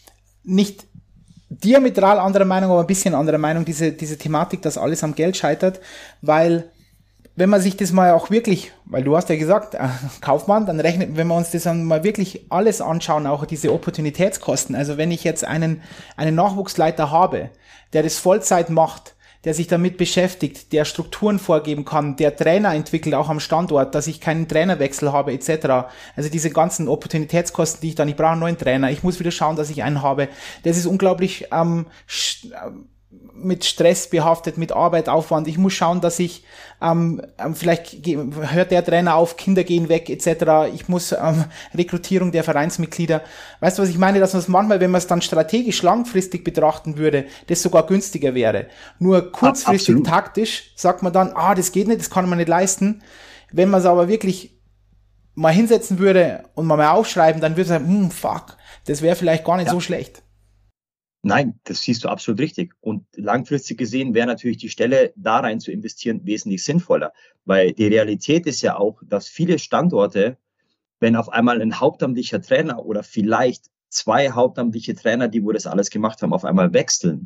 nicht diametral anderer Meinung, aber ein bisschen anderer Meinung, diese, diese Thematik, dass alles am Geld scheitert, weil wenn man sich das mal auch wirklich, weil du hast ja gesagt, äh, Kaufmann, dann rechnet, wenn wir uns das dann mal wirklich alles anschauen, auch diese Opportunitätskosten, also wenn ich jetzt einen, einen Nachwuchsleiter habe, der das Vollzeit macht, der sich damit beschäftigt, der Strukturen vorgeben kann, der Trainer entwickelt, auch am Standort, dass ich keinen Trainerwechsel habe, et cetera. Also diese ganzen Opportunitätskosten, die ich dann, ich brauche einen neuen Trainer, ich muss wieder schauen, dass ich einen habe. Das ist unglaublich ähm, sch- mit Stress behaftet, mit Arbeit, Aufwand. Ich muss schauen, dass ich ähm, vielleicht ge- hört der Trainer auf, Kinder gehen weg et cetera. Ich muss ähm, Rekrutierung der Vereinsmitglieder. Weißt du, was ich meine? Dass man es manchmal, wenn man es dann strategisch langfristig betrachten würde, das sogar günstiger wäre. Nur kurzfristig Absolut. taktisch sagt man dann, ah, das geht nicht, das kann man nicht leisten. Wenn man es aber wirklich mal hinsetzen würde und mal, mal aufschreiben, dann würde man sagen, hm, fuck, das wäre vielleicht gar nicht ja. so schlecht. Nein, das siehst du absolut richtig. Und langfristig gesehen wäre natürlich die Stelle, da rein zu investieren, wesentlich sinnvoller. Weil die Realität ist ja auch, dass viele Standorte, wenn auf einmal ein hauptamtlicher Trainer oder vielleicht zwei hauptamtliche Trainer, die wo das alles gemacht haben, auf einmal wechseln,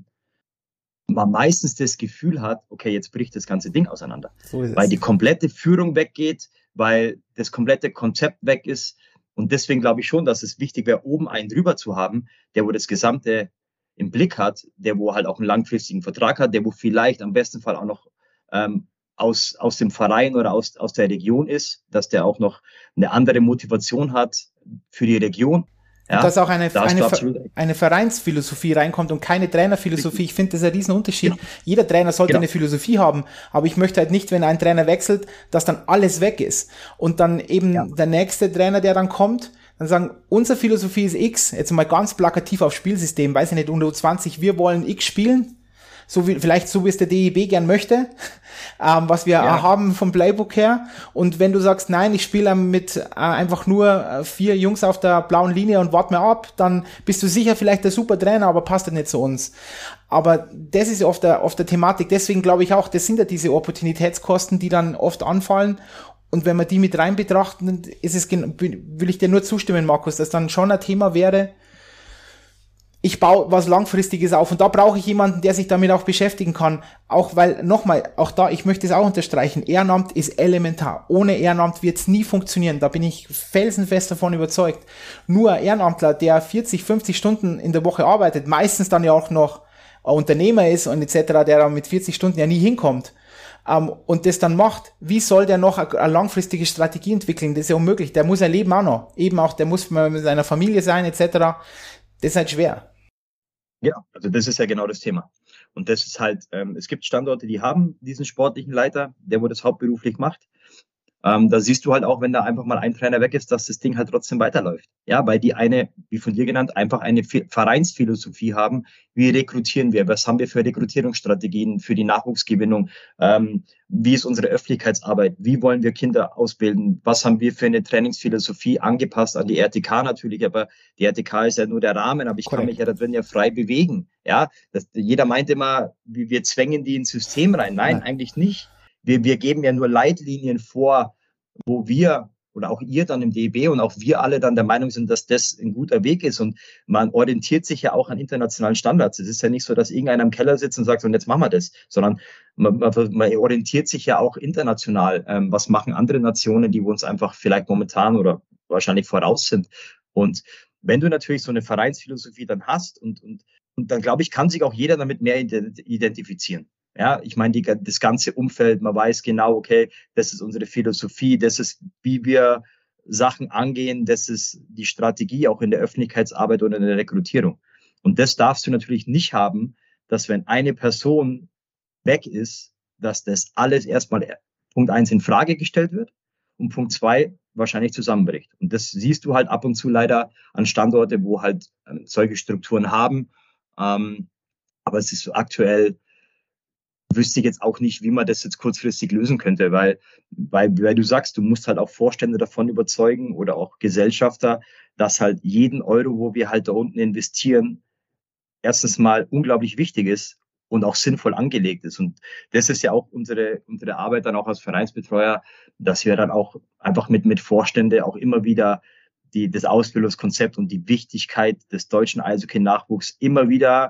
man meistens das Gefühl hat, okay, jetzt bricht das ganze Ding auseinander. So ist es. Weil die komplette Führung weggeht, weil das komplette Konzept weg ist. Und deswegen glaube ich schon, dass es wichtig wäre, oben einen drüber zu haben, der wo das gesamte im Blick hat, der wo halt auch einen langfristigen Vertrag hat, der wo vielleicht am besten Fall auch noch ähm, aus aus dem Verein oder aus aus der Region ist, dass der auch noch eine andere Motivation hat für die Region. Ja, und dass auch eine, da eine, eine Vereinsphilosophie reinkommt und keine Trainerphilosophie. Ich finde, das ist ein Riesenunterschied. Genau. Jeder Trainer sollte genau. eine Philosophie haben, aber ich möchte halt nicht, wenn ein Trainer wechselt, dass dann alles weg ist. Und dann eben ja. der nächste Trainer, der dann kommt, dann sagen, unsere Philosophie ist X, jetzt mal ganz plakativ auf Spielsystem, weiß ich nicht, unter U zwanzig, wir wollen X spielen, so wie, vielleicht so wie es der D E B gern möchte, ähm, was wir ja. haben vom Playbook her. Und wenn du sagst, nein, ich spiele mit äh, einfach nur äh, vier Jungs auf der blauen Linie und warte mir ab, dann bist du sicher vielleicht der super Trainer, aber passt halt nicht zu uns. Aber das ist oft der, oft der Thematik. Deswegen glaube ich auch, das sind ja diese Opportunitätskosten, die dann oft anfallen. Und wenn wir die mit rein betrachten, ist es, will ich dir nur zustimmen, Markus, dass dann schon ein Thema wäre, ich baue was Langfristiges auf und da brauche ich jemanden, der sich damit auch beschäftigen kann. Auch weil, nochmal, auch da, ich möchte es auch unterstreichen, Ehrenamt ist elementar. Ohne Ehrenamt wird es nie funktionieren. Da bin ich felsenfest davon überzeugt. Nur ein Ehrenamtler, der vierzig, fünfzig Stunden in der Woche arbeitet, meistens dann ja auch noch ein Unternehmer ist und et cetera, der dann mit vierzig Stunden ja nie hinkommt, um, und das dann macht, wie soll der noch eine, eine langfristige Strategie entwickeln? Das ist ja unmöglich. Der muss ein Leben auch noch. Eben auch, der muss mit seiner Familie sein, et cetera. Das ist halt schwer. Ja, also das ist ja genau das Thema. Und das ist halt, ähm, es gibt Standorte, die haben diesen sportlichen Leiter, der wo das hauptberuflich macht. Ähm, da siehst du halt auch, wenn da einfach mal ein Trainer weg ist, dass das Ding halt trotzdem weiterläuft. Ja, weil die eine, wie von dir genannt, einfach eine Vereinsphilosophie haben. Wie rekrutieren wir? Was haben wir für Rekrutierungsstrategien für die Nachwuchsgewinnung? Ähm, wie ist unsere Öffentlichkeitsarbeit? Wie wollen wir Kinder ausbilden? Was haben wir für eine Trainingsphilosophie angepasst an die R T K natürlich? Aber die R T K ist ja nur der Rahmen, aber ich Correct. Kann mich ja da drin ja frei bewegen. Ja, das, jeder meint immer, wir zwängen die ins System rein. Nein, Nein. eigentlich nicht. Wir, wir geben ja nur Leitlinien vor, wo wir oder auch ihr dann im D E B und auch wir alle dann der Meinung sind, dass das ein guter Weg ist. Und man orientiert sich ja auch an internationalen Standards. Es ist ja nicht so, dass irgendeiner im Keller sitzt und sagt, und jetzt machen wir das, sondern man, man orientiert sich ja auch international. Ähm, was machen andere Nationen, die uns einfach vielleicht momentan oder wahrscheinlich voraus sind? Und wenn du natürlich so eine Vereinsphilosophie dann hast und, und, und dann glaube ich, kann sich auch jeder damit mehr identifizieren. Ja, ich meine, die, das ganze Umfeld, man weiß genau, okay, das ist unsere Philosophie, das ist, wie wir Sachen angehen, das ist die Strategie auch in der Öffentlichkeitsarbeit und in der Rekrutierung. Und das darfst du natürlich nicht haben, dass wenn eine Person weg ist, dass das alles erstmal Punkt eins in Frage gestellt wird und Punkt zwei wahrscheinlich zusammenbricht. Und das siehst du halt ab und zu leider an Standorte, wo halt solche Strukturen haben. Ähm, aber es ist so aktuell, wüsste ich jetzt auch nicht, wie man das jetzt kurzfristig lösen könnte, weil, weil, weil du sagst, du musst halt auch Vorstände davon überzeugen oder auch Gesellschafter, dass halt jeden Euro, wo wir halt da unten investieren, erstens mal unglaublich wichtig ist und auch sinnvoll angelegt ist. Und das ist ja auch unsere, unsere Arbeit dann auch als Vereinsbetreuer, dass wir dann auch einfach mit, mit Vorstände auch immer wieder die, das Ausbildungskonzept und die Wichtigkeit des deutschen Eishockey-Nachwuchs immer wieder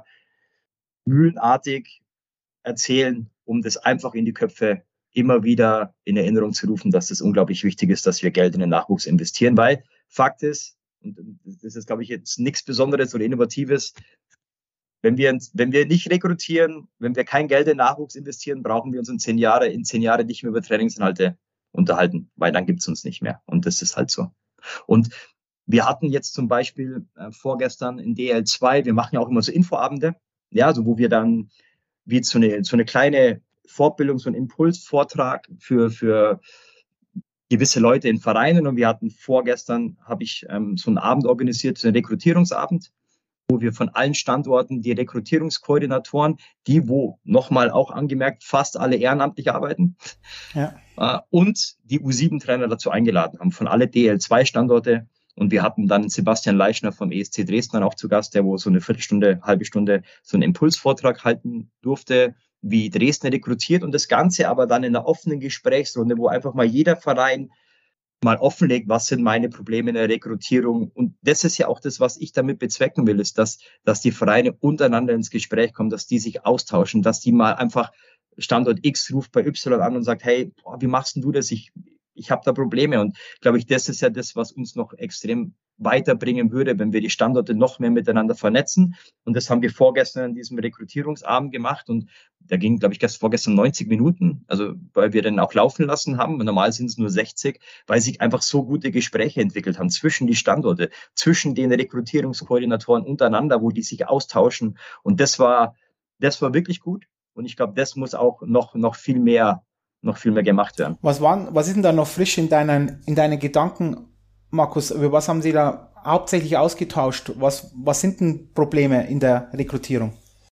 mühlenartig erzählen, um das einfach in die Köpfe immer wieder in Erinnerung zu rufen, dass es unglaublich wichtig ist, dass wir Geld in den Nachwuchs investieren, weil Fakt ist, und das ist, glaube ich, jetzt nichts Besonderes oder Innovatives, wenn wir, wenn wir nicht rekrutieren, wenn wir kein Geld in den Nachwuchs investieren, brauchen wir uns in zehn Jahre, in zehn Jahre nicht mehr über Trainingsinhalte unterhalten, weil dann gibt's uns nicht mehr. Und das ist halt so. Und wir hatten jetzt zum Beispiel äh, vorgestern in D L zwei, wir machen ja auch immer so Infoabende, ja, so wo wir dann wie so eine, so eine kleine Fortbildung, so ein Impulsvortrag für, für gewisse Leute in Vereinen. Und wir hatten vorgestern, habe ich ähm, so einen Abend organisiert, so einen Rekrutierungsabend, wo wir von allen Standorten die Rekrutierungskoordinatoren, die wo nochmal auch angemerkt fast alle ehrenamtlich arbeiten, ja. äh, und die U sieben Trainer dazu eingeladen haben, von alle D L zwei Standorte. Und wir hatten dann Sebastian Leischner vom E S C Dresden dann auch zu Gast, der wo so eine Viertelstunde, halbe Stunde so einen Impulsvortrag halten durfte, wie Dresden rekrutiert und das Ganze aber dann in einer offenen Gesprächsrunde, wo einfach mal jeder Verein mal offenlegt, was sind meine Probleme in der Rekrutierung. Und das ist ja auch das, was ich damit bezwecken will, ist, dass, dass die Vereine untereinander ins Gespräch kommen, dass die sich austauschen, dass die mal einfach Standort X ruft bei Y an und sagt, hey, boah, wie machst denn du das? Ich Ich habe da Probleme und glaube ich, das ist ja das, was uns noch extrem weiterbringen würde, wenn wir die Standorte noch mehr miteinander vernetzen. Und das haben wir vorgestern an diesem Rekrutierungsabend gemacht. Und da ging, glaube ich, gestern, vorgestern neunzig Minuten, also weil wir den auch laufen lassen haben. Normal sind es nur sechzig, weil sich einfach so gute Gespräche entwickelt haben zwischen die Standorte, zwischen den Rekrutierungskoordinatoren untereinander, wo die sich austauschen. Und das war, das war wirklich gut. Und ich glaube, das muss auch noch, noch viel mehr, noch viel mehr gemacht werden. Was waren, was ist denn da noch frisch in deinen, in deinen Gedanken, Markus? Über was haben Sie da hauptsächlich ausgetauscht? Was, was sind denn Probleme in der Rekrutierung?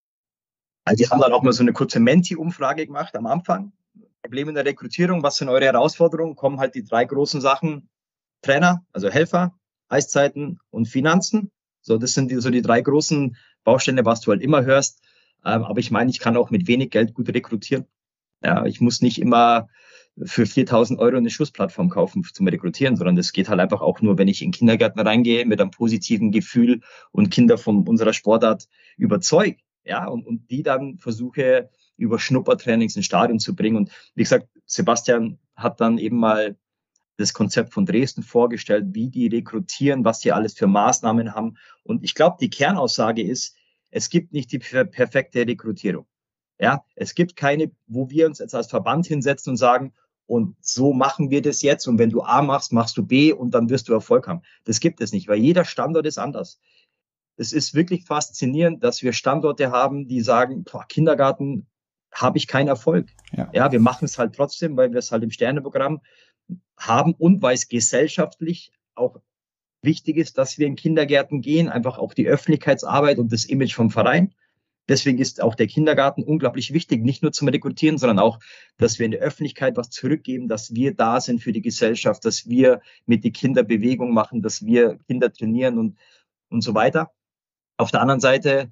Also wir haben dann auch mal so eine kurze Menti-Umfrage gemacht am Anfang. Probleme in der Rekrutierung, was sind eure Herausforderungen? Kommen halt die drei großen Sachen: Trainer, also Helfer, Eiszeiten und Finanzen. So, das sind die, so die drei großen Bausteine, was du halt immer hörst. Ähm, aber ich meine, ich kann auch mit wenig Geld gut rekrutieren. Ja, ich muss nicht immer für viertausend Euro eine Schussplattform kaufen zum Rekrutieren, sondern das geht halt einfach auch nur, wenn ich in Kindergärten reingehe mit einem positiven Gefühl und Kinder von unserer Sportart überzeuge, ja, und, und die dann versuche, über Schnuppertrainings ins Stadion zu bringen. Und wie gesagt, Sebastian hat dann eben mal das Konzept von Dresden vorgestellt, wie die rekrutieren, was die alles für Maßnahmen haben. Und ich glaube, die Kernaussage ist, es gibt nicht die per- perfekte Rekrutierung. Ja, es gibt keine, wo wir uns jetzt als Verband hinsetzen und sagen, und so machen wir das jetzt. Und wenn du A machst, machst du B und dann wirst du Erfolg haben. Das gibt es nicht, weil jeder Standort ist anders. Es ist wirklich faszinierend, dass wir Standorte haben, die sagen, boah, Kindergarten habe ich keinen Erfolg. Ja. ja, wir machen es halt trotzdem, weil wir es halt im Sterneprogramm haben und weil es gesellschaftlich auch wichtig ist, dass wir in Kindergärten gehen, einfach auch die Öffentlichkeitsarbeit und das Image vom Verein. Deswegen ist auch der Kindergarten unglaublich wichtig, nicht nur zum Rekrutieren, sondern auch, dass wir in der Öffentlichkeit was zurückgeben, dass wir da sind für die Gesellschaft, dass wir mit den Kindern Bewegung machen, dass wir Kinder trainieren und, und so weiter. Auf der anderen Seite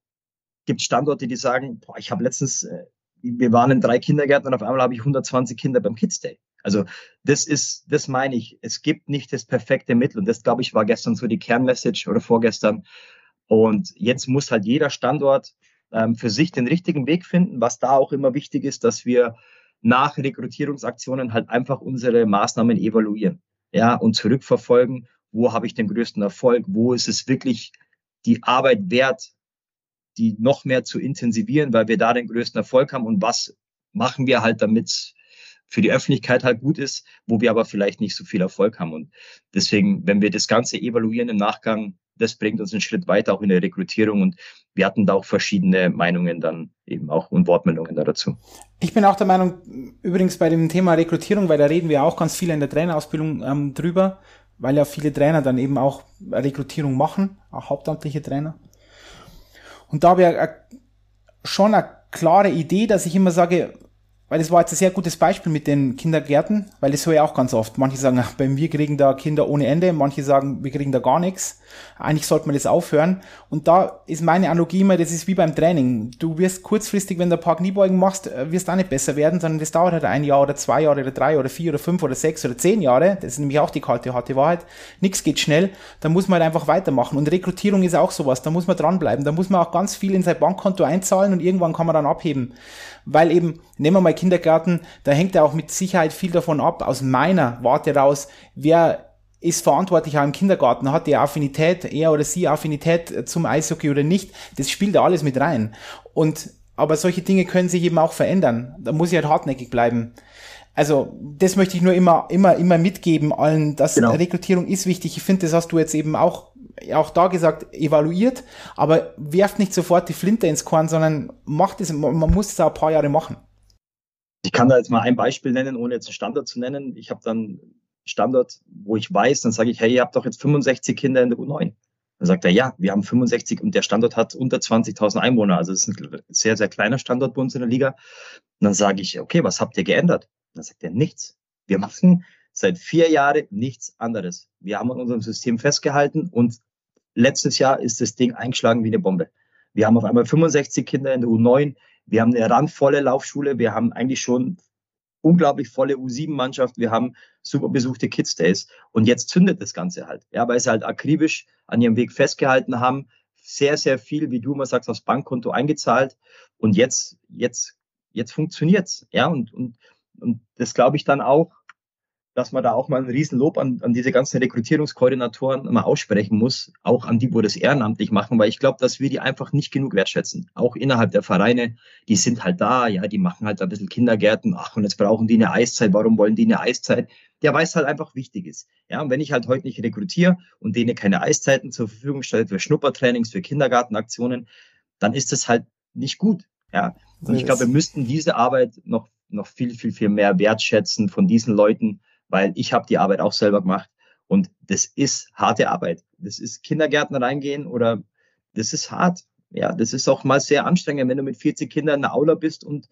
gibt es Standorte, die sagen, boah, ich habe letztens, äh, wir waren in drei Kindergärten und auf einmal habe ich hundertzwanzig Kinder beim Kids Day. Also das ist, das meine ich, es gibt nicht das perfekte Mittel. Und das, glaube ich, war gestern so die Kernmessage oder vorgestern. Und jetzt muss halt jeder Standort ähm, für sich den richtigen Weg finden. Was da auch immer wichtig ist, dass wir nach Rekrutierungsaktionen halt einfach unsere Maßnahmen evaluieren, ja, und zurückverfolgen, wo habe ich den größten Erfolg, wo ist es wirklich die Arbeit wert, die noch mehr zu intensivieren, weil wir da den größten Erfolg haben und was machen wir halt, damit es für die Öffentlichkeit halt gut ist, wo wir aber vielleicht nicht so viel Erfolg haben. Und deswegen, wenn wir das Ganze evaluieren im Nachgang, das bringt uns einen Schritt weiter auch in der Rekrutierung und wir hatten da auch verschiedene Meinungen dann eben auch und Wortmeldungen da dazu. Ich bin auch der Meinung, übrigens bei dem Thema Rekrutierung, weil da reden wir auch ganz viel in der Trainerausbildung ähm, drüber, weil ja viele Trainer dann eben auch Rekrutierung machen, auch hauptamtliche Trainer. Und da habe ich schon eine klare Idee, dass ich immer sage, weil das war jetzt ein sehr gutes Beispiel mit den Kindergärten, weil das höre ich auch ganz oft. Manche sagen, ach, bei mir kriegen da Kinder ohne Ende, manche sagen, wir kriegen da gar nichts. Eigentlich sollte man das aufhören. Und da ist meine Analogie immer, das ist wie beim Training. Du wirst kurzfristig, wenn du ein paar Kniebeugen machst, wirst auch nicht besser werden, sondern das dauert halt ein Jahr oder zwei Jahre oder drei oder vier oder fünf oder sechs oder zehn Jahre. Das ist nämlich auch die kalte, harte Wahrheit. Nichts geht schnell. Da muss man halt einfach weitermachen. Und Rekrutierung ist auch sowas. Da muss man dranbleiben. Da muss man auch ganz viel in sein Bankkonto einzahlen und irgendwann kann man dann abheben. Weil eben, nehmen wir mal Kindergarten, da hängt ja auch mit Sicherheit viel davon ab, aus meiner Warte raus, wer ist verantwortlich auch im Kindergarten, hat die Affinität, er oder sie Affinität zum Eishockey oder nicht, das spielt da alles mit rein. Und, aber solche Dinge können sich eben auch verändern, da muss ich halt hartnäckig bleiben. Also, das möchte ich nur immer, immer, immer mitgeben allen, dass genau. Rekrutierung ist wichtig. Ich finde, das hast du jetzt eben auch, auch da gesagt, evaluiert, aber werft nicht sofort die Flinte ins Korn, sondern macht es, man muss es auch ein paar Jahre machen. Ich kann da jetzt mal ein Beispiel nennen, ohne jetzt einen Standort zu nennen. Ich habe dann einen Standort, wo ich weiß, dann sage ich, hey, ihr habt doch jetzt fünfundsechzig Kinder in der U neun. Dann sagt er, ja, wir haben fünfundsechzig und der Standort hat unter zwanzigtausend Einwohner. Also das ist ein sehr, sehr kleiner Standort bei uns in der Liga. Und dann sage ich, okay, was habt ihr geändert? Dann sagt er, nichts. Wir machen seit vier Jahren nichts anderes. Wir haben an unserem System festgehalten und letztes Jahr ist das Ding eingeschlagen wie eine Bombe. Wir haben auf einmal fünfundsechzig Kinder in der U neun. Wir haben eine randvolle Laufschule. Wir haben eigentlich schon unglaublich volle U sieben Mannschaft. Wir haben super besuchte Kids Days. Und jetzt zündet das Ganze halt. Ja, weil sie halt akribisch an ihrem Weg festgehalten haben. Sehr, sehr viel, wie du immer sagst, aufs Bankkonto eingezahlt. Und jetzt, jetzt, jetzt funktioniert's. Ja, und, und, und das glaube ich dann auch, dass man da auch mal ein Riesenlob an, an diese ganzen Rekrutierungskoordinatoren mal aussprechen muss, auch an die, wo das ehrenamtlich machen, weil ich glaube, dass wir die einfach nicht genug wertschätzen. Auch innerhalb der Vereine, die sind halt da, ja, die machen halt ein bisschen Kindergärten, ach, und jetzt brauchen die eine Eiszeit, warum wollen die eine Eiszeit? Der weiß halt einfach wichtig ist. Ja, und wenn ich halt heute nicht rekrutiere und denen keine Eiszeiten zur Verfügung stelle für Schnuppertrainings, für Kindergartenaktionen, dann ist das halt nicht gut. Ja, und ich glaube, wir müssten diese Arbeit noch, noch viel, viel, viel mehr wertschätzen von diesen Leuten, weil ich habe die Arbeit auch selber gemacht und das ist harte Arbeit. Das ist Kindergärten reingehen oder das ist hart. Ja, das ist auch mal sehr anstrengend, wenn du mit vierzig Kindern in der Aula bist und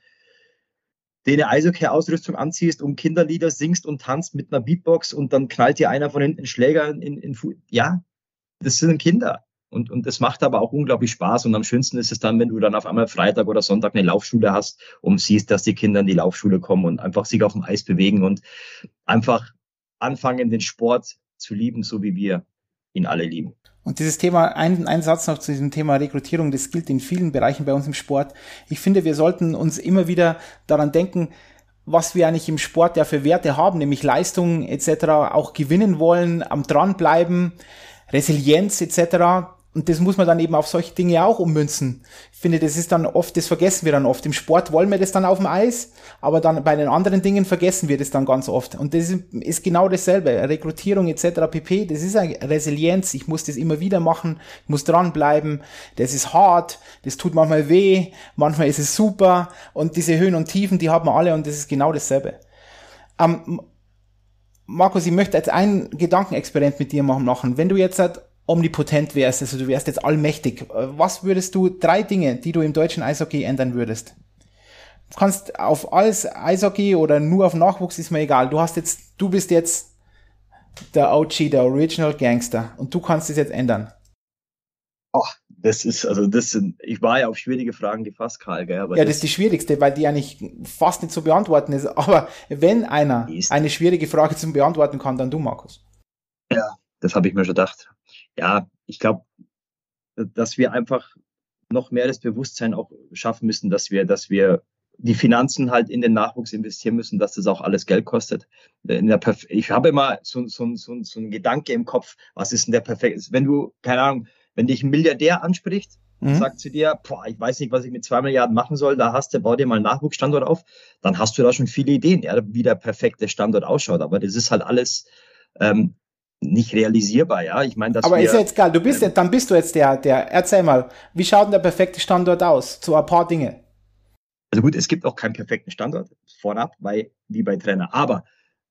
dir eine Eishockey-Ausrüstung anziehst und Kinderlieder singst und tanzt mit einer Beatbox und dann knallt dir einer von hinten einen Schläger in, in, in Fu- ja, das sind Kinder. Und, und das macht aber auch unglaublich Spaß. Und am schönsten ist es dann, wenn du dann auf einmal Freitag oder Sonntag eine Laufschule hast und siehst, dass die Kinder in die Laufschule kommen und einfach sich auf dem Eis bewegen und einfach anfangen, den Sport zu lieben, so wie wir ihn alle lieben. Und dieses Thema, ein, ein Satz noch zu diesem Thema Rekrutierung, das gilt in vielen Bereichen bei uns im Sport. Ich finde, wir sollten uns immer wieder daran denken, was wir eigentlich im Sport ja für Werte haben, nämlich Leistung et cetera, auch gewinnen wollen, am Dranbleiben, Resilienz et cetera. Und das muss man dann eben auf solche Dinge auch ummünzen. Ich finde, das ist dann oft, das vergessen wir dann oft. Im Sport wollen wir das dann auf dem Eis, aber dann bei den anderen Dingen vergessen wir das dann ganz oft. Und das ist, ist genau dasselbe. Rekrutierung et cetera pp. Das ist eine Resilienz. Ich muss das immer wieder machen. Ich muss dranbleiben. Das ist hart. Das tut manchmal weh. Manchmal ist es super. Und diese Höhen und Tiefen, die haben wir alle und das ist genau dasselbe. Ähm, Markus, ich möchte jetzt ein Gedankenexperiment mit dir machen. Wenn du jetzt halt omnipotent wärst, also du wärst jetzt allmächtig, was würdest du, drei Dinge, die du im deutschen Eishockey ändern würdest? Du kannst auf alles Eishockey oder nur auf Nachwuchs, ist mir egal. Du hast jetzt, du bist jetzt der O G, der Original Gangster und du kannst es jetzt ändern. Oh, das ist, also das sind, ich war ja auf schwierige Fragen gefasst, Karl, gell? Aber ja, das, das ist die schwierigste, weil die eigentlich fast nicht zu beantworten ist. Aber wenn einer ist eine schwierige Frage zum Beantworten kann, dann du, Markus. Ja, das habe ich mir schon gedacht. Ja, ich glaube, dass wir einfach noch mehr das Bewusstsein auch schaffen müssen, dass wir, dass wir die Finanzen halt in den Nachwuchs investieren müssen, dass das auch alles Geld kostet. In der Perf- ich habe immer so, so, so, so einen Gedanke im Kopf, was ist denn der perfekte? Wenn du, keine Ahnung, wenn dich ein Milliardär anspricht, mhm. sagt zu dir, boah, ich weiß nicht, was ich mit zwei Milliarden machen soll, da hast du, bau dir mal einen Nachwuchsstandort auf, dann hast du da schon viele Ideen, ja, wie der perfekte Standort ausschaut. Aber das ist halt alles ähm, nicht realisierbar, ja. Ich meine, dass Aber wir, ist ja jetzt geil. Du bist ähm, jetzt, dann bist du jetzt der, der, erzähl mal, wie schaut denn der perfekte Standort aus? So ein paar Dinge. Also gut, es gibt auch keinen perfekten Standort vorab, weil, wie bei Trainer. Aber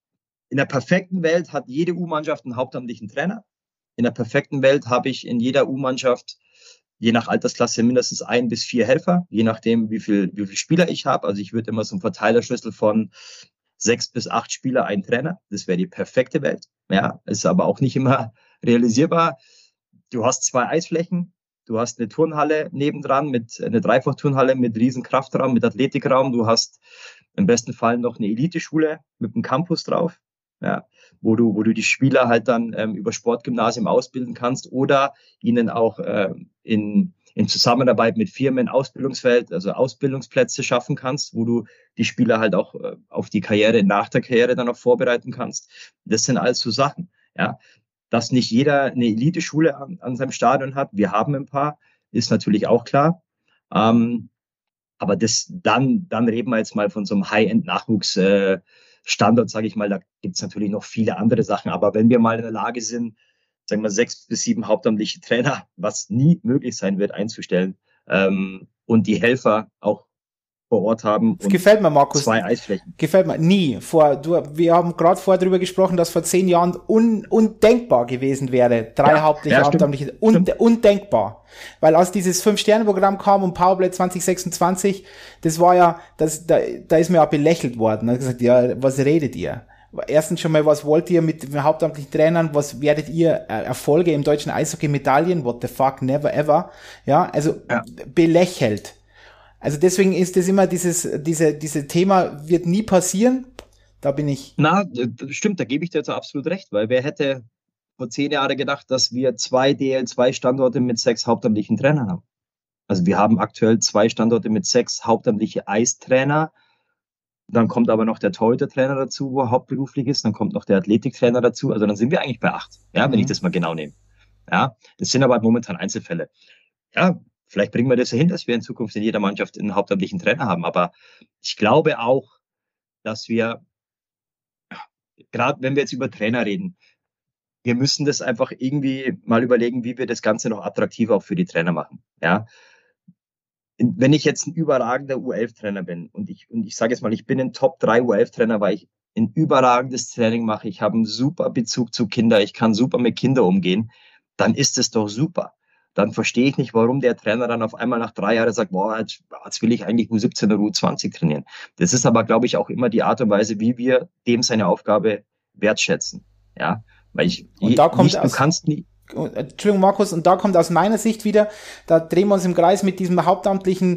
in der perfekten Welt hat jede U-Mannschaft einen hauptamtlichen Trainer. In der perfekten Welt habe ich in jeder U-Mannschaft, je nach Altersklasse, mindestens ein bis vier Helfer, je nachdem, wie viel, wie viel Spieler ich habe. Also ich würde immer so einen Verteilerschlüssel von sechs bis acht Spieler, ein Trainer. Das wäre die perfekte Welt. Ja, ist aber auch nicht immer realisierbar. Du hast zwei Eisflächen. Du hast eine Turnhalle nebendran, mit eine Dreifachturnhalle mit riesen Kraftraum, mit Athletikraum. Du hast im besten Fall noch eine Eliteschule mit einem Campus drauf, ja, wo du, wo du die Spieler halt dann ähm, über Sportgymnasium ausbilden kannst oder ihnen auch äh, in, in Zusammenarbeit mit Firmen Ausbildungsfeld, also Ausbildungsplätze schaffen kannst, wo du die Spieler halt auch äh, auf die Karriere, nach der Karriere dann auch vorbereiten kannst. Das sind alles so Sachen, ja. Dass nicht jeder eine Eliteschule an, an seinem Stadion hat. Wir haben ein paar, ist natürlich auch klar. Ähm, aber das, dann, dann reden wir jetzt mal von so einem High-End-Nachwuchs-Standort, äh, sage ich mal. Da gibt es natürlich noch viele andere Sachen. Aber wenn wir mal in der Lage sind, sagen wir sechs bis sieben hauptamtliche Trainer, was nie möglich sein wird, einzustellen, ähm, und die Helfer auch vor Ort haben. Das gefällt mir, Markus. Zwei Eisflächen. Gefällt mir. Nie. Vor, du, wir haben gerade vorher darüber gesprochen, dass vor zehn Jahren un, undenkbar gewesen wäre. Drei ja, hauptliche, ja, hauptamtliche. Un, undenkbar. Weil als dieses Fünf-Sterne-Programm kam und Powerplay zwanzig sechsundzwanzig, das war ja, das, da, da ist mir ja belächelt worden. Da hat gesagt, ja, was redet ihr? Erstens schon mal, was wollt ihr mit hauptamtlichen Trainern? Was werdet ihr äh, Erfolge im deutschen Eishockey Medaillen? What the fuck? Never ever. Ja, also ja. belächelt. Also deswegen ist das immer dieses, diese, diese Thema wird nie passieren. Da bin ich. Na, das stimmt, da gebe ich dir jetzt absolut recht, weil wer hätte vor zehn Jahren gedacht, dass wir zwei D L zwei Standorte mit sechs hauptamtlichen Trainern haben? Also wir haben aktuell zwei Standorte mit sechs hauptamtliche Eistrainer. Dann kommt aber noch der Torhüter-Trainer dazu, wo er hauptberuflich ist. Dann kommt noch der Athletiktrainer dazu. Also dann sind wir eigentlich bei acht, ja, mhm. wenn ich das mal genau nehme. Ja, das sind aber momentan Einzelfälle. Ja, vielleicht bringen wir das ja hin, dass wir in Zukunft in jeder Mannschaft einen hauptamtlichen Trainer haben. Aber ich glaube auch, dass wir, gerade wenn wir jetzt über Trainer reden, wir müssen das einfach irgendwie mal überlegen, wie wir das Ganze noch attraktiver auch für die Trainer machen. Ja, wenn ich jetzt ein überragender U elf Trainer bin und ich, und ich sage jetzt mal, ich bin ein Top drei U elf Trainer, weil ich ein überragendes Training mache, ich habe einen super Bezug zu Kindern, ich kann super mit Kindern umgehen, dann ist es doch super. Dann verstehe ich nicht, warum der Trainer dann auf einmal nach drei Jahren sagt, boah, jetzt, jetzt will ich eigentlich U siebzehn oder U zwanzig trainieren. Das ist aber, glaube ich, auch immer die Art und Weise, wie wir dem seine Aufgabe wertschätzen. Ja, weil ich, und da kommt nicht, du kannst nie, Entschuldigung, Markus, und da kommt aus meiner Sicht wieder, da drehen wir uns im Kreis mit diesem hauptamtlichen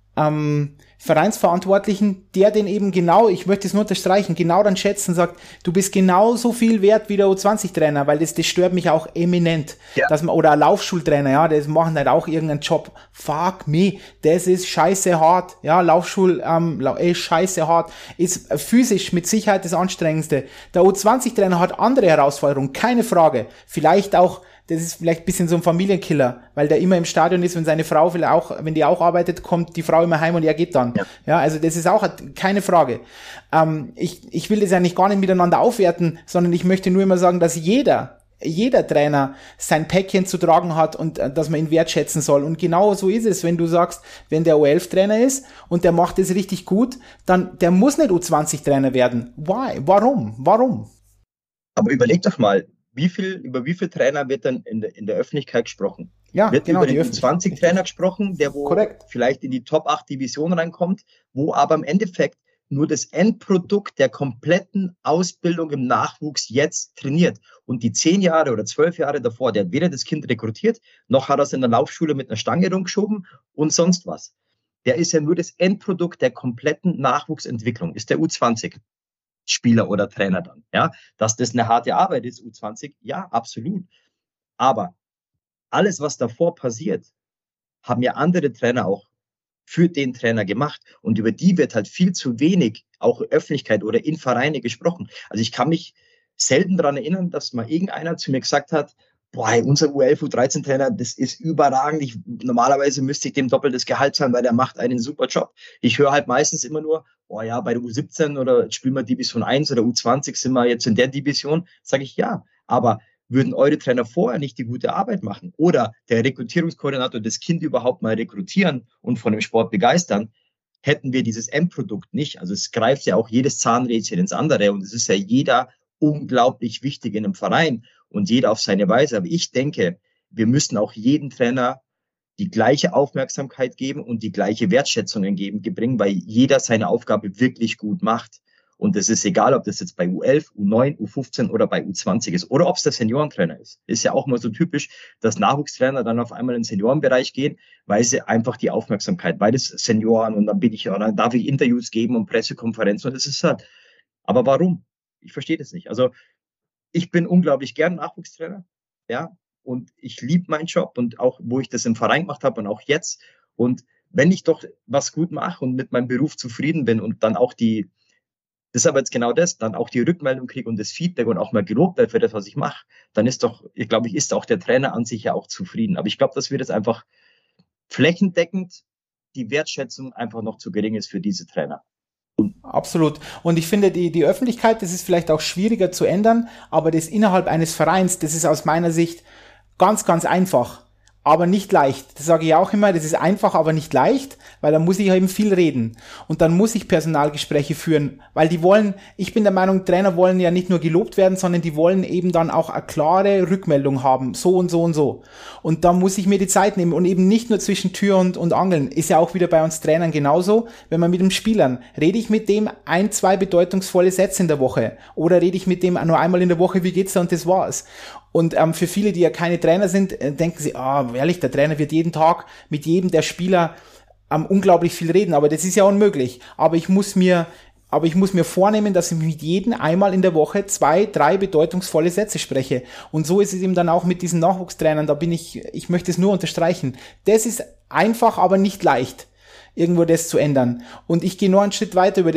ähm, Vereinsverantwortlichen, der den eben genau, ich möchte es nur unterstreichen, genau dann schätzen, sagt, du bist genauso viel wert wie der U zwanzig Trainer, weil das, das stört mich auch eminent. Ja. Dass man, oder ein Laufschultrainer, ja, das machen halt auch irgendeinen Job. Fuck me, das ist scheiße hart. Ja, Laufschul, ähm, ist scheiße hart. Ist physisch mit Sicherheit das Anstrengendste. Der U zwanzig Trainer hat andere Herausforderungen, keine Frage. Vielleicht auch, das ist vielleicht ein bisschen so ein Familienkiller, weil der immer im Stadion ist, wenn seine Frau vielleicht auch, wenn die auch arbeitet, kommt die Frau immer heim und er geht dann. Ja, ja, also das ist auch keine Frage. Ähm, ich, ich will das ja nicht gar nicht miteinander aufwerten, sondern ich möchte nur immer sagen, dass jeder, jeder Trainer sein Päckchen zu tragen hat und äh, dass man ihn wertschätzen soll. Und genau so ist es, wenn du sagst, wenn der U elf Trainer ist und der macht es richtig gut, dann, der muss nicht U zwanzig Trainer werden. Why? Warum? Warum? Aber überleg doch mal, Wie viel, über wie viele Trainer wird dann in der, in der Öffentlichkeit gesprochen? Ja, wird genau, über den U zwanzig Trainer gesprochen, der wo Korrekt. vielleicht in die Top acht Divisionen reinkommt, wo aber im Endeffekt nur das Endprodukt der kompletten Ausbildung im Nachwuchs jetzt trainiert. Und die zehn Jahre oder zwölf Jahre davor, der hat weder das Kind rekrutiert, noch hat er es in der Laufschule mit einer Stange rumgeschoben und sonst was. Der ist ja nur das Endprodukt der kompletten Nachwuchsentwicklung, ist der U zwanzig. Spieler oder Trainer dann, ja, dass das eine harte Arbeit ist, U zwanzig, ja, absolut. Aber alles, was davor passiert, haben ja andere Trainer auch für den Trainer gemacht und über die wird halt viel zu wenig auch Öffentlichkeit oder in Vereine gesprochen. Also ich kann mich selten daran erinnern, dass mal irgendeiner zu mir gesagt hat, boah, unser U elf, U dreizehn Trainer, das ist überragend. Ich, normalerweise müsste ich dem doppeltes Gehalt zahlen, weil der macht einen super Job. Ich höre halt meistens immer nur, boah ja, bei der U siebzehn oder spielen wir Division eins oder U zwanzig sind wir jetzt in der Division. Sage ich ja, aber würden eure Trainer vorher nicht die gute Arbeit machen oder der Rekrutierungskoordinator das Kind überhaupt mal rekrutieren und von dem Sport begeistern, hätten wir dieses Endprodukt nicht. Also es greift ja auch jedes Zahnrädchen ins andere und es ist ja jeder unglaublich wichtig in einem Verein und jeder auf seine Weise. Aber ich denke, wir müssen auch jedem Trainer die gleiche Aufmerksamkeit geben und die gleiche Wertschätzung entgegenbringen, weil jeder seine Aufgabe wirklich gut macht. Und es ist egal, ob das jetzt bei U elf, U neun, U fünfzehn oder bei U zwanzig ist oder ob es der Seniorentrainer ist. Ist ja auch mal so typisch, dass Nachwuchstrainer dann auf einmal in den Seniorenbereich gehen, weil sie einfach die Aufmerksamkeit, weil das Senioren und dann bin ich, dann darf ich Interviews geben und Pressekonferenzen und das ist halt. Aber warum? Ich verstehe das nicht. Also ich bin unglaublich gern Nachwuchstrainer, ja, und ich liebe meinen Job und auch, wo ich das im Verein gemacht habe und auch jetzt. Und wenn ich doch was gut mache und mit meinem Beruf zufrieden bin und dann auch die, das ist aber jetzt genau das, dann auch die Rückmeldung kriege und das Feedback und auch mal gelobt werde für das, was ich mache, dann ist doch, ich glaube, ich ist auch der Trainer an sich ja auch zufrieden. Aber ich glaube, dass wir das einfach flächendeckend, die Wertschätzung einfach noch zu gering ist für diese Trainer. Absolut. Und ich finde, die, die Öffentlichkeit, das ist vielleicht auch schwieriger zu ändern, aber das innerhalb eines Vereins, das ist aus meiner Sicht ganz, ganz einfach, aber nicht leicht. Das sage ich auch immer, das ist einfach, aber nicht leicht, weil da muss ich eben viel reden. Und dann muss ich Personalgespräche führen, weil die wollen, ich bin der Meinung, Trainer wollen ja nicht nur gelobt werden, sondern die wollen eben dann auch eine klare Rückmeldung haben, so und so und so. Und da muss ich mir die Zeit nehmen und eben nicht nur zwischen Tür und, und Angeln. Ist ja auch wieder bei uns Trainern genauso, wenn man mit den Spielern, rede ich mit dem ein, zwei bedeutungsvolle Sätze in der Woche oder rede ich mit dem nur einmal in der Woche, wie geht's da und das war's. Und ähm, für viele, die ja keine Trainer sind, äh, denken sie, ah, ehrlich, der Trainer wird jeden Tag mit jedem der Spieler ähm, unglaublich viel reden, aber das ist ja unmöglich. Aber ich muss mir, aber ich muss mir vornehmen, dass ich mit jedem einmal in der Woche zwei, drei bedeutungsvolle Sätze spreche. Und so ist es eben dann auch mit diesen Nachwuchstrainern. Da bin ich, ich möchte es nur unterstreichen. Das ist einfach, aber nicht leicht, irgendwo das zu ändern. Und ich gehe noch einen Schritt weiter über das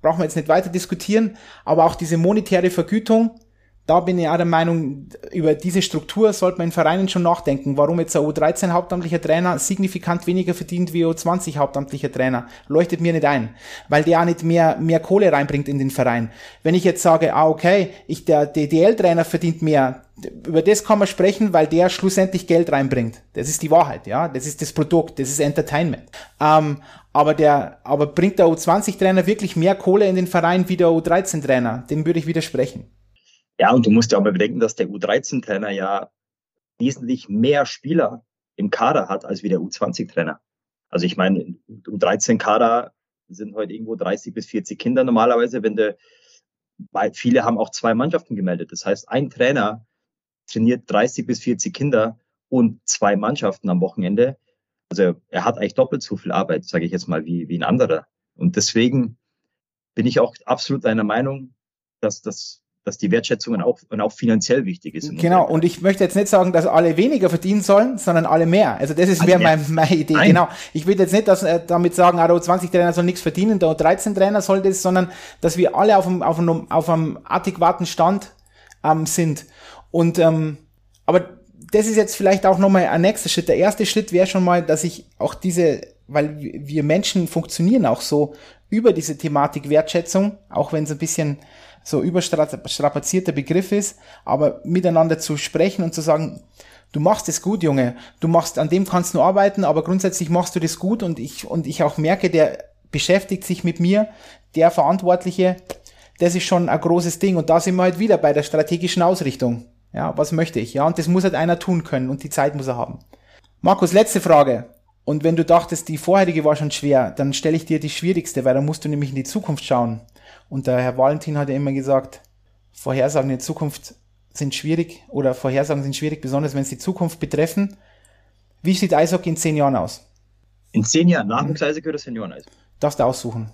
brauchen wir jetzt nicht weiter diskutieren, aber auch diese monetäre Vergütung, da bin ich auch der Meinung, über diese Struktur sollte man in Vereinen schon nachdenken, warum jetzt ein U dreizehn hauptamtlicher Trainer signifikant weniger verdient wie ein U zwanzig hauptamtlicher Trainer. Leuchtet mir nicht ein, weil der auch nicht mehr mehr Kohle reinbringt in den Verein. Wenn ich jetzt sage, ah okay, ich der D D L-Trainer verdient mehr, über das kann man sprechen, weil der schlussendlich Geld reinbringt. Das ist die Wahrheit, ja, das ist das Produkt, das ist Entertainment. Ähm, aber der, aber bringt der U zwanzig Trainer wirklich mehr Kohle in den Verein wie der U dreizehn Trainer? Dem würde ich widersprechen. Ja, und du musst ja auch mal bedenken, dass der U dreizehn Trainer ja wesentlich mehr Spieler im Kader hat als wie der U zwanzig Trainer. Also ich meine, U dreizehn Kader sind heute irgendwo dreißig bis vierzig Kinder normalerweise, wenn der, weil viele haben auch zwei Mannschaften gemeldet. Das heißt, ein Trainer trainiert dreißig bis vierzig Kinder und zwei Mannschaften am Wochenende. Also er hat eigentlich doppelt so viel Arbeit, sage ich jetzt mal, wie, wie ein anderer. Und deswegen bin ich auch absolut deiner Meinung, dass das dass die Wertschätzung auch, und auch finanziell wichtig ist. Genau, und ich möchte jetzt nicht sagen, dass alle weniger verdienen sollen, sondern alle mehr. Also das ist wäre meine, meine Idee. Nein. Genau. Ich will jetzt nicht dass, äh, damit sagen, der U zwanzig Trainer soll nichts verdienen, der U dreizehn Trainer soll das, sondern dass wir alle auf einem, auf einem, auf einem adäquaten Stand ähm, sind. Und ähm, aber das ist jetzt vielleicht auch nochmal ein nächster Schritt. Der erste Schritt wäre schon mal, dass ich auch diese, weil wir Menschen funktionieren auch so über diese Thematik Wertschätzung, auch wenn es ein bisschen so überstrapazierter Begriff ist, aber miteinander zu sprechen und zu sagen, du machst es gut, Junge, du machst, an dem kannst du arbeiten, aber grundsätzlich machst du das gut und ich, und ich auch merke, der beschäftigt sich mit mir, der Verantwortliche, das ist schon ein großes Ding und da sind wir halt wieder bei der strategischen Ausrichtung. Ja, was möchte ich? Ja, und das muss halt einer tun können und die Zeit muss er haben. Markus, letzte Frage. Und wenn du dachtest, die vorherige war schon schwer, dann stelle ich dir die schwierigste, weil da musst du nämlich in die Zukunft schauen. Und der Herr Valentin hat ja immer gesagt, Vorhersagen in Zukunft sind schwierig oder Vorhersagen sind schwierig, besonders wenn es die Zukunft betreffen. Wie sieht Eishockey in zehn Jahren aus? In zehn Jahren Nachwuchs-Eishockey oder Senioren-Eishockey? Darfst du aussuchen.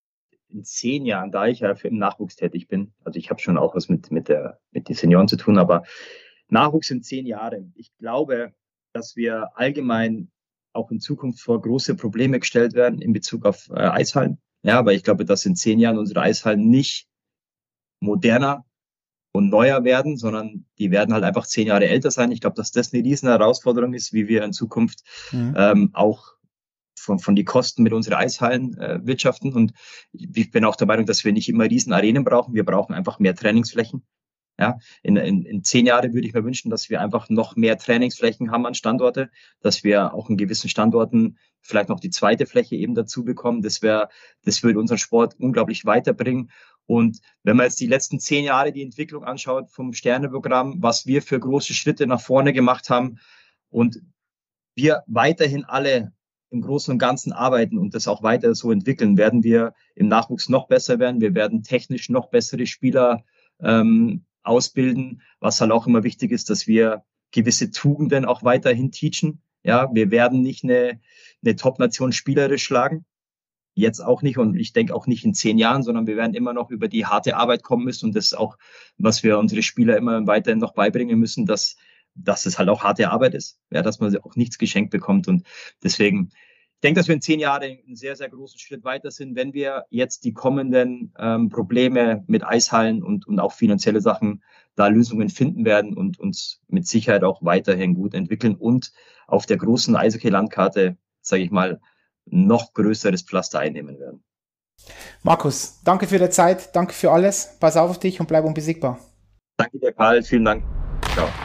In zehn Jahren, da ich ja für im Nachwuchs tätig bin, also ich habe schon auch was mit, mit, der, mit den Senioren zu tun, aber Nachwuchs in zehn Jahren. Ich glaube, dass wir allgemein auch in Zukunft vor große Probleme gestellt werden in Bezug auf äh, Eishallen. Ja, aber ich glaube, dass in zehn Jahren unsere Eishallen nicht moderner und neuer werden, sondern die werden halt einfach zehn Jahre älter sein. Ich glaube, dass das eine riesen Herausforderung ist, wie wir in Zukunft mhm. ähm, auch von, von die Kosten mit unseren Eishallen äh, wirtschaften. Und ich bin auch der Meinung, dass wir nicht immer riesen Arenen brauchen. Wir brauchen einfach mehr Trainingsflächen. Ja, in, in, in zehn Jahren würde ich mir wünschen, dass wir einfach noch mehr Trainingsflächen haben an Standorte, dass wir auch in gewissen Standorten vielleicht noch die zweite Fläche eben dazu bekommen. Das wäre, das würde unseren Sport unglaublich weiterbringen. Und wenn man jetzt die letzten zehn Jahre die Entwicklung anschaut vom Sterneprogramm, was wir für große Schritte nach vorne gemacht haben und wir weiterhin alle im Großen und Ganzen arbeiten und das auch weiter so entwickeln, werden wir im Nachwuchs noch besser werden. Wir werden technisch noch bessere Spieler ähm, ausbilden, was halt auch immer wichtig ist, dass wir gewisse Tugenden auch weiterhin teachen. Ja, wir werden nicht eine, eine Top-Nation spielerisch schlagen. Jetzt auch nicht und ich denke auch nicht in zehn Jahren, sondern wir werden immer noch über die harte Arbeit kommen müssen und das ist auch, was wir unsere Spieler immer weiterhin noch beibringen müssen, dass, dass es halt auch harte Arbeit ist, ja, dass man auch nichts geschenkt bekommt und deswegen, ich denke, dass wir in zehn Jahren einen sehr, sehr großen Schritt weiter sind, wenn wir jetzt die kommenden ähm, Probleme mit Eishallen und, und auch finanzielle Sachen da Lösungen finden werden und uns mit Sicherheit auch weiterhin gut entwickeln und auf der großen Eishockey-Landkarte, sage ich mal, noch größeres Pflaster einnehmen werden. Markus, danke für die Zeit, danke für alles, pass auf dich und bleib unbesiegbar. Danke dir, Karl, vielen Dank. Ciao.